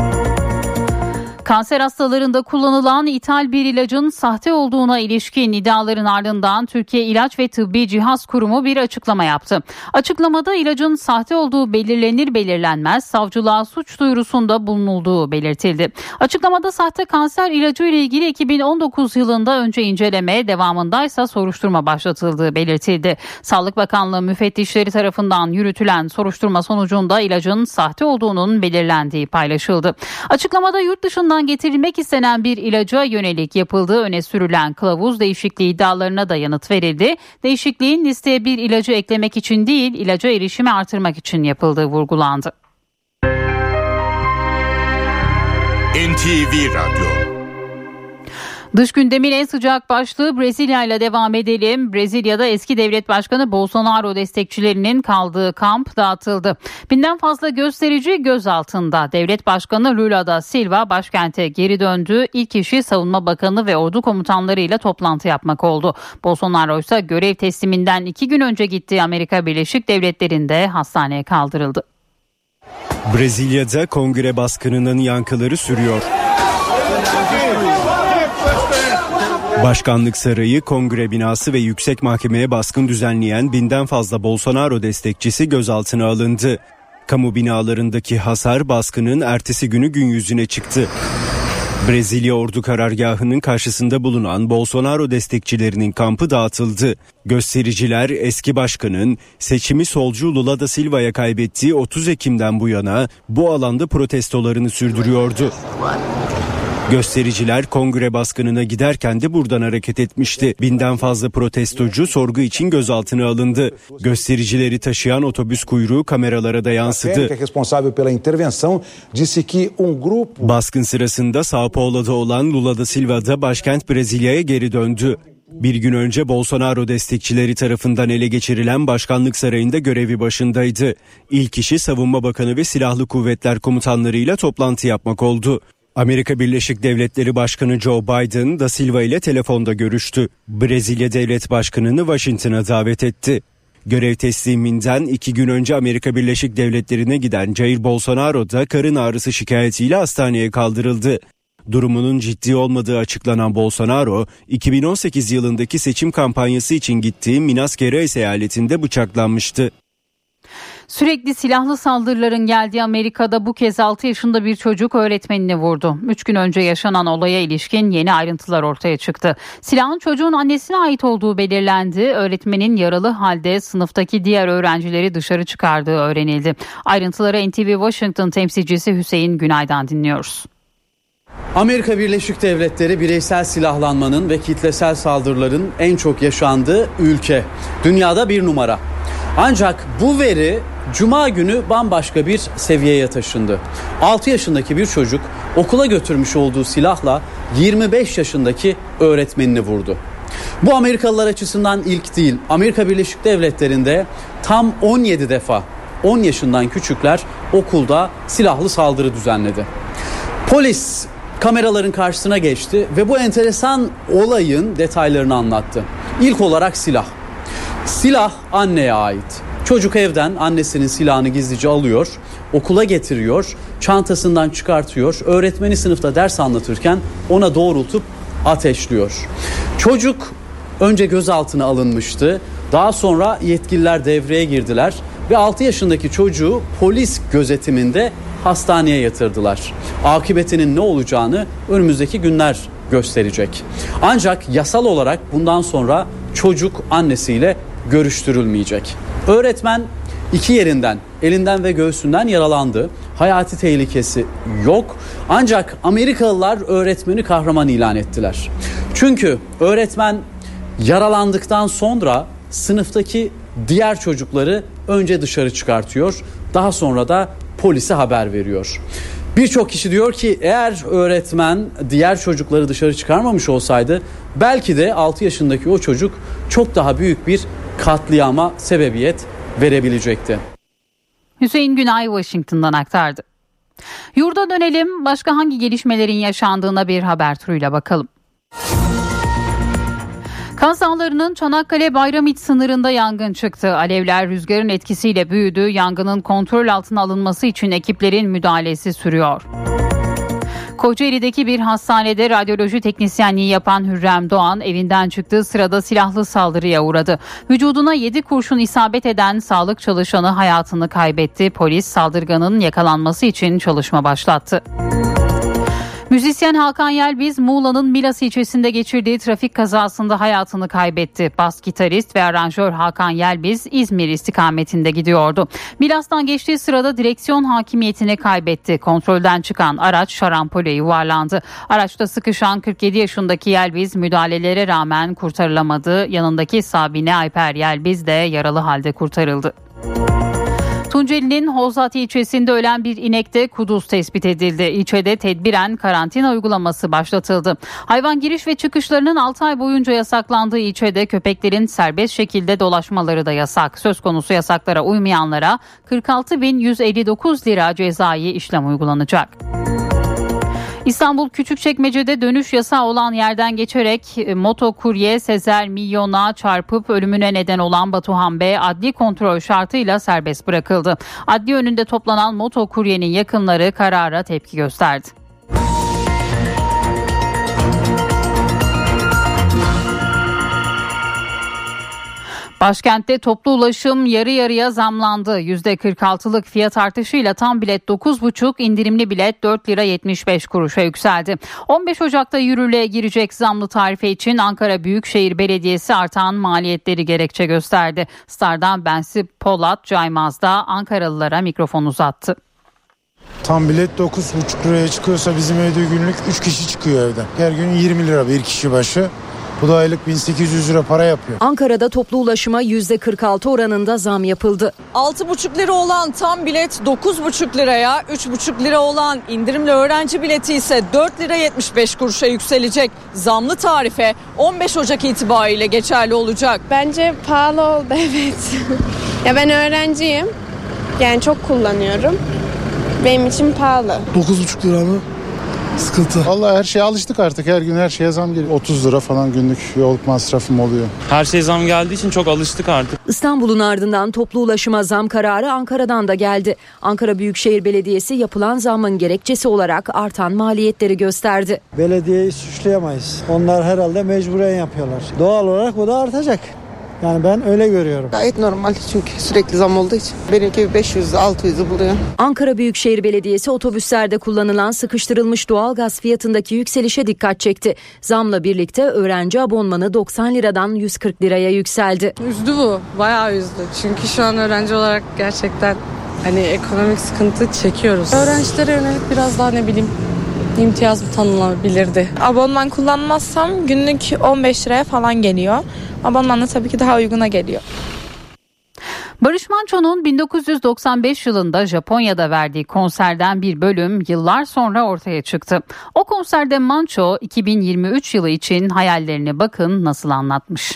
Kanser hastalarında kullanılan ithal bir ilacın sahte olduğuna ilişkin iddiaların ardından Türkiye İlaç ve Tıbbi Cihaz Kurumu bir açıklama yaptı. Açıklamada ilacın sahte olduğu belirlenir belirlenmez savcılığa suç duyurusunda bulunulduğu belirtildi. Açıklamada sahte kanser ilacı ile ilgili 2019 yılında önce inceleme, devamındaysa soruşturma başlatıldığı belirtildi. Sağlık Bakanlığı müfettişleri tarafından yürütülen soruşturma sonucunda ilacın sahte olduğunun belirlendiği paylaşıldı. Açıklamada yurt dışından getirilmek istenen bir ilaca yönelik yapıldığı öne sürülen kılavuz değişikliği iddialarına da yanıt verildi. Değişikliğin listeye bir ilacı eklemek için değil, ilaca erişimi artırmak için yapıldığı vurgulandı. NTV Radyo. Dış gündemin en sıcak başlığı Brezilya ile devam edelim. Brezilya'da eski devlet başkanı Bolsonaro destekçilerinin kaldığı kamp dağıtıldı. 1000'den fazla gösterici gözaltında. Devlet başkanı Lula da Silva başkente geri döndü. İlk işi savunma bakanı ve ordu komutanlarıyla toplantı yapmak oldu. Bolsonaro ise görev tesliminden 2 gün önce gittiği Amerika Birleşik Devletleri'nde hastaneye kaldırıldı. Brezilya'da kongre baskınının yankıları sürüyor. Başkanlık Sarayı, Kongre binası ve yüksek mahkemeye baskın düzenleyen 1000'den fazla Bolsonaro destekçisi gözaltına alındı. Kamu binalarındaki hasar baskının ertesi günü gün yüzüne çıktı. Brezilya ordu karargahının karşısında bulunan Bolsonaro destekçilerinin kampı dağıtıldı. Göstericiler eski başkanın seçimi solcu Lula da Silva'ya kaybettiği 30 Ekim'den bu yana bu alanda protestolarını sürdürüyordu. Göstericiler kongre baskınına giderken de buradan hareket etmişti. 1000'den fazla protestocu sorgu için gözaltına alındı. Göstericileri taşıyan otobüs kuyruğu kameralara da yansıdı. Baskın sırasında São Paulo'da olan Lula da Silva da başkent Brezilya'ya geri döndü. Bir gün önce Bolsonaro destekçileri tarafından ele geçirilen Başkanlık Sarayı'nda görevi başındaydı. İlk işi Savunma Bakanı ve Silahlı Kuvvetler komutanlarıyla toplantı yapmak oldu. Amerika Birleşik Devletleri Başkanı Joe Biden da Silva ile telefonda görüştü. Brezilya Devlet Başkanı'nı Washington'a davet etti. Görev tesliminden 2 gün önce Amerika Birleşik Devletleri'ne giden Jair Bolsonaro da karın ağrısı şikayetiyle hastaneye kaldırıldı. Durumunun ciddi olmadığı açıklanan Bolsonaro, 2018 yılındaki seçim kampanyası için gittiği Minas Gerais eyaletinde bıçaklanmıştı. Sürekli silahlı saldırıların geldiği Amerika'da bu kez 6 yaşında bir çocuk öğretmenini vurdu. 3 gün önce yaşanan olaya ilişkin yeni ayrıntılar ortaya çıktı. Silahın çocuğun annesine ait olduğu belirlendi. Öğretmenin yaralı halde sınıftaki diğer öğrencileri dışarı çıkardığı öğrenildi. Ayrıntıları NTV Washington temsilcisi Hüseyin Günay'dan dinliyoruz. Amerika Birleşik Devletleri bireysel silahlanmanın ve kitlesel saldırıların en çok yaşandığı ülke. Dünyada 1 numara. Ancak bu veri Cuma günü bambaşka bir seviyeye taşındı. 6 yaşındaki bir çocuk okula götürmüş olduğu silahla 25 yaşındaki öğretmenini vurdu. Bu Amerikalılar açısından ilk değil. Amerika Birleşik Devletleri'nde tam 17 defa 10 yaşından küçükler okulda silahlı saldırı düzenledi. Polis kameraların karşısına geçti ve bu enteresan olayın detaylarını anlattı. İlk olarak silah. Silah anneye ait. Çocuk evden annesinin silahını gizlice alıyor, okula getiriyor, çantasından çıkartıyor, öğretmeni sınıfta ders anlatırken ona doğrultup ateşliyor. Çocuk önce gözaltına alınmıştı, daha sonra yetkililer devreye girdiler ve 6 yaşındaki çocuğu polis gözetiminde hastaneye yatırdılar. Akıbetinin ne olacağını önümüzdeki günler gösterecek. Ancak yasal olarak bundan sonra çocuk annesiyle görüştürülmeyecek. Öğretmen 2 yerinden, elinden ve göğsünden yaralandı. Hayati tehlikesi yok. Ancak Amerikalılar öğretmeni kahraman ilan ettiler. Çünkü öğretmen yaralandıktan sonra sınıftaki diğer çocukları önce dışarı çıkartıyor. Daha sonra da polise haber veriyor. Birçok kişi diyor ki eğer öğretmen diğer çocukları dışarı çıkarmamış olsaydı belki de 6 yaşındaki o çocuk çok daha büyük bir katliama sebebiyet verebilecekti. Hüseyin Günay Washington'dan aktardı. Yurda dönelim, başka hangi gelişmelerin yaşandığına bir haber turuyla bakalım. Kaz Dağları'nın Çanakkale-Bayramiç sınırında yangın çıktı. Alevler rüzgarın etkisiyle büyüdü. Yangının kontrol altına alınması için ekiplerin müdahalesi sürüyor. Kocaeli'deki bir hastanede radyoloji teknisyenliği yapan Hürrem Doğan evinden çıktığı sırada silahlı saldırıya uğradı. Vücuduna 7 kurşun isabet eden sağlık çalışanı hayatını kaybetti. Polis saldırganın yakalanması için çalışma başlattı. Müzisyen Hakan Yelbiz, Muğla'nın Milas ilçesinde geçirdiği trafik kazasında hayatını kaybetti. Bas gitarist ve aranjör Hakan Yelbiz İzmir istikametinde gidiyordu. Milas'tan geçtiği sırada direksiyon hakimiyetini kaybetti. Kontrolden çıkan araç şarampole yuvarlandı. Araçta sıkışan 47 yaşındaki Yelbiz müdahalelere rağmen kurtarılamadı. Yanındaki Sabine Ayper Yelbiz de yaralı halde kurtarıldı. Tunceli'nin Hozat ilçesinde ölen bir inekte kuduz tespit edildi. İlçede tedbiren karantina uygulaması başlatıldı. Hayvan giriş ve çıkışlarının 6 ay boyunca yasaklandığı ilçede köpeklerin serbest şekilde dolaşmaları da yasak. Söz konusu yasaklara uymayanlara 46.159 lira cezai işlem uygulanacak. İstanbul Küçükçekmece'de dönüş yasağı olan yerden geçerek motokurye Sezer Milyon'a çarpıp ölümüne neden olan Batuhan B. adli kontrol şartıyla serbest bırakıldı. Adli önünde toplanan motokuryenin yakınları karara tepki gösterdi. Başkentte toplu ulaşım yarı yarıya zamlandı. %46'lık fiyat artışıyla tam bilet 9,5, indirimli bilet 4 lira 75 kuruşa yükseldi. 15 Ocak'ta yürürlüğe girecek zamlı tarife için Ankara Büyükşehir Belediyesi artan maliyetleri gerekçe gösterdi. Star'dan Bensi Polat Caymaz da Ankaralılara mikrofon uzattı. Tam bilet 9,5 liraya çıkıyorsa bizim evde günlük 3 kişi çıkıyor evden. Her gün 20 lira bir kişi başı. Bu da aylık 1800 lira para yapıyor. Ankara'da toplu ulaşıma %46 oranında zam yapıldı. 6,5 lira olan tam bilet 9,5 liraya, 3,5 lira olan indirimli öğrenci bileti ise 4 lira 75 kuruşa yükselecek. Zamlı tarife 15 Ocak itibariyle geçerli olacak. Bence pahalı oldu, evet. Ya ben öğrenciyim. Yani çok kullanıyorum. Benim için pahalı. 9,5 lira mı? Sıkıntı. Vallahi her şeye alıştık artık. Her gün her şeye zam geliyor. 30 lira falan günlük yol masrafım oluyor. Her şeye zam geldiği için çok alıştık artık. İstanbul'un ardından toplu ulaşıma zam kararı Ankara'dan da geldi. Ankara Büyükşehir Belediyesi yapılan zammın gerekçesi olarak artan maliyetleri gösterdi. Belediyeyi suçlayamayız. Onlar herhalde mecburen yapıyorlar. Doğal olarak o da artacak. Yani ben öyle görüyorum. Gayet normal çünkü sürekli zam olduğu için. Benimki 500-600'ü buluyor. Ankara Büyükşehir Belediyesi otobüslerde kullanılan sıkıştırılmış doğalgaz fiyatındaki yükselişe dikkat çekti. Zamla birlikte öğrenci abonmanı 90 liradan 140 liraya yükseldi. Üzdü bu. Bayağı üzdü. Çünkü şu an öğrenci olarak gerçekten ekonomik sıkıntı çekiyoruz. Öğrencilere yönelik biraz daha imtiyaz tanınabilirdi. Abonman kullanmazsam günlük 15 liraya falan geliyor. Abonmanla tabii ki daha uyguna geliyor. Barış Manço'nun 1995 yılında Japonya'da verdiği konserden bir bölüm yıllar sonra ortaya çıktı. O konserde Manço 2023 yılı için hayallerini bakın nasıl anlatmış.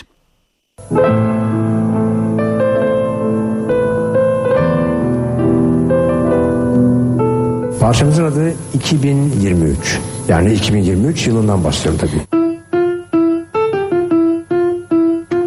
Parçamızın adı 2023. Yani 2023 yılından bahsediyorum tabii.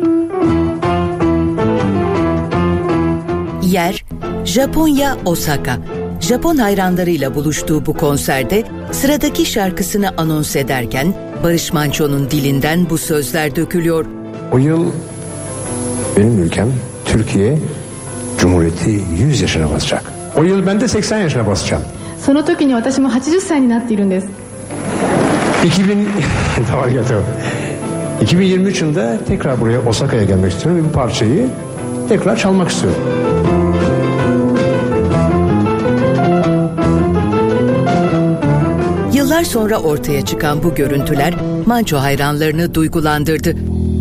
Yer Japonya, Osaka. Japon hayranlarıyla buluştuğu bu konserde sıradaki şarkısını anons ederken Barış Manço'nun dilinden bu sözler dökülüyor. O yıl benim ülkem Türkiye Cumhuriyeti 100 yaşına basacak. O yıl ben de 80 yaşına basacağım. その時に私も80歳になっているんです。 2023 yılında tekrar buraya Osaka'ya gelmek istiyorum ve bu parçayı tekrar çalmak istiyorum. Yıllar sonra ortaya çıkan bu görüntüler Manço hayranlarını duygulandırdı.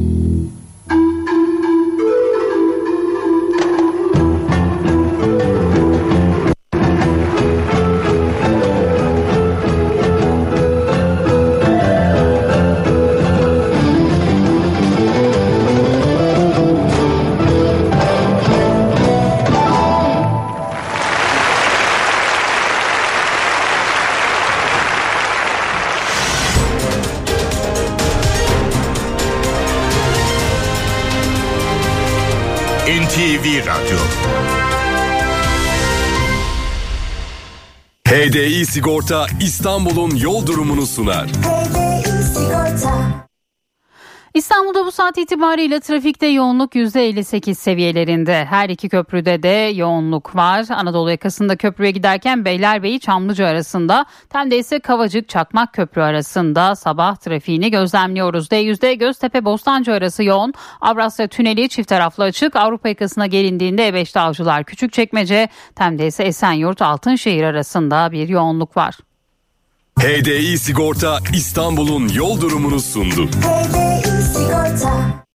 NTV Radyo. HDI Sigorta İstanbul'un yol durumunu sunar. İstanbul'da bu saat itibariyle trafikte yoğunluk %58 seviyelerinde. Her iki köprüde de yoğunluk var. Anadolu yakasında köprüye giderken Beylerbeyi Çamlıca arasında, Tem'de ise Kavacık Çakmak Köprü arasında sabah trafiğini gözlemliyoruz. D100'de Göztepe Bostancı arası yoğun. Avrasya Tüneli çift taraflı açık. Avrupa yakasına gelindiğinde E5'te Avcılar Küçükçekmece, Tem'de ise Esenyurt Altınşehir arasında bir yoğunluk var. HDI Sigorta İstanbul'un yol durumunu sundu. HDI Sigorta.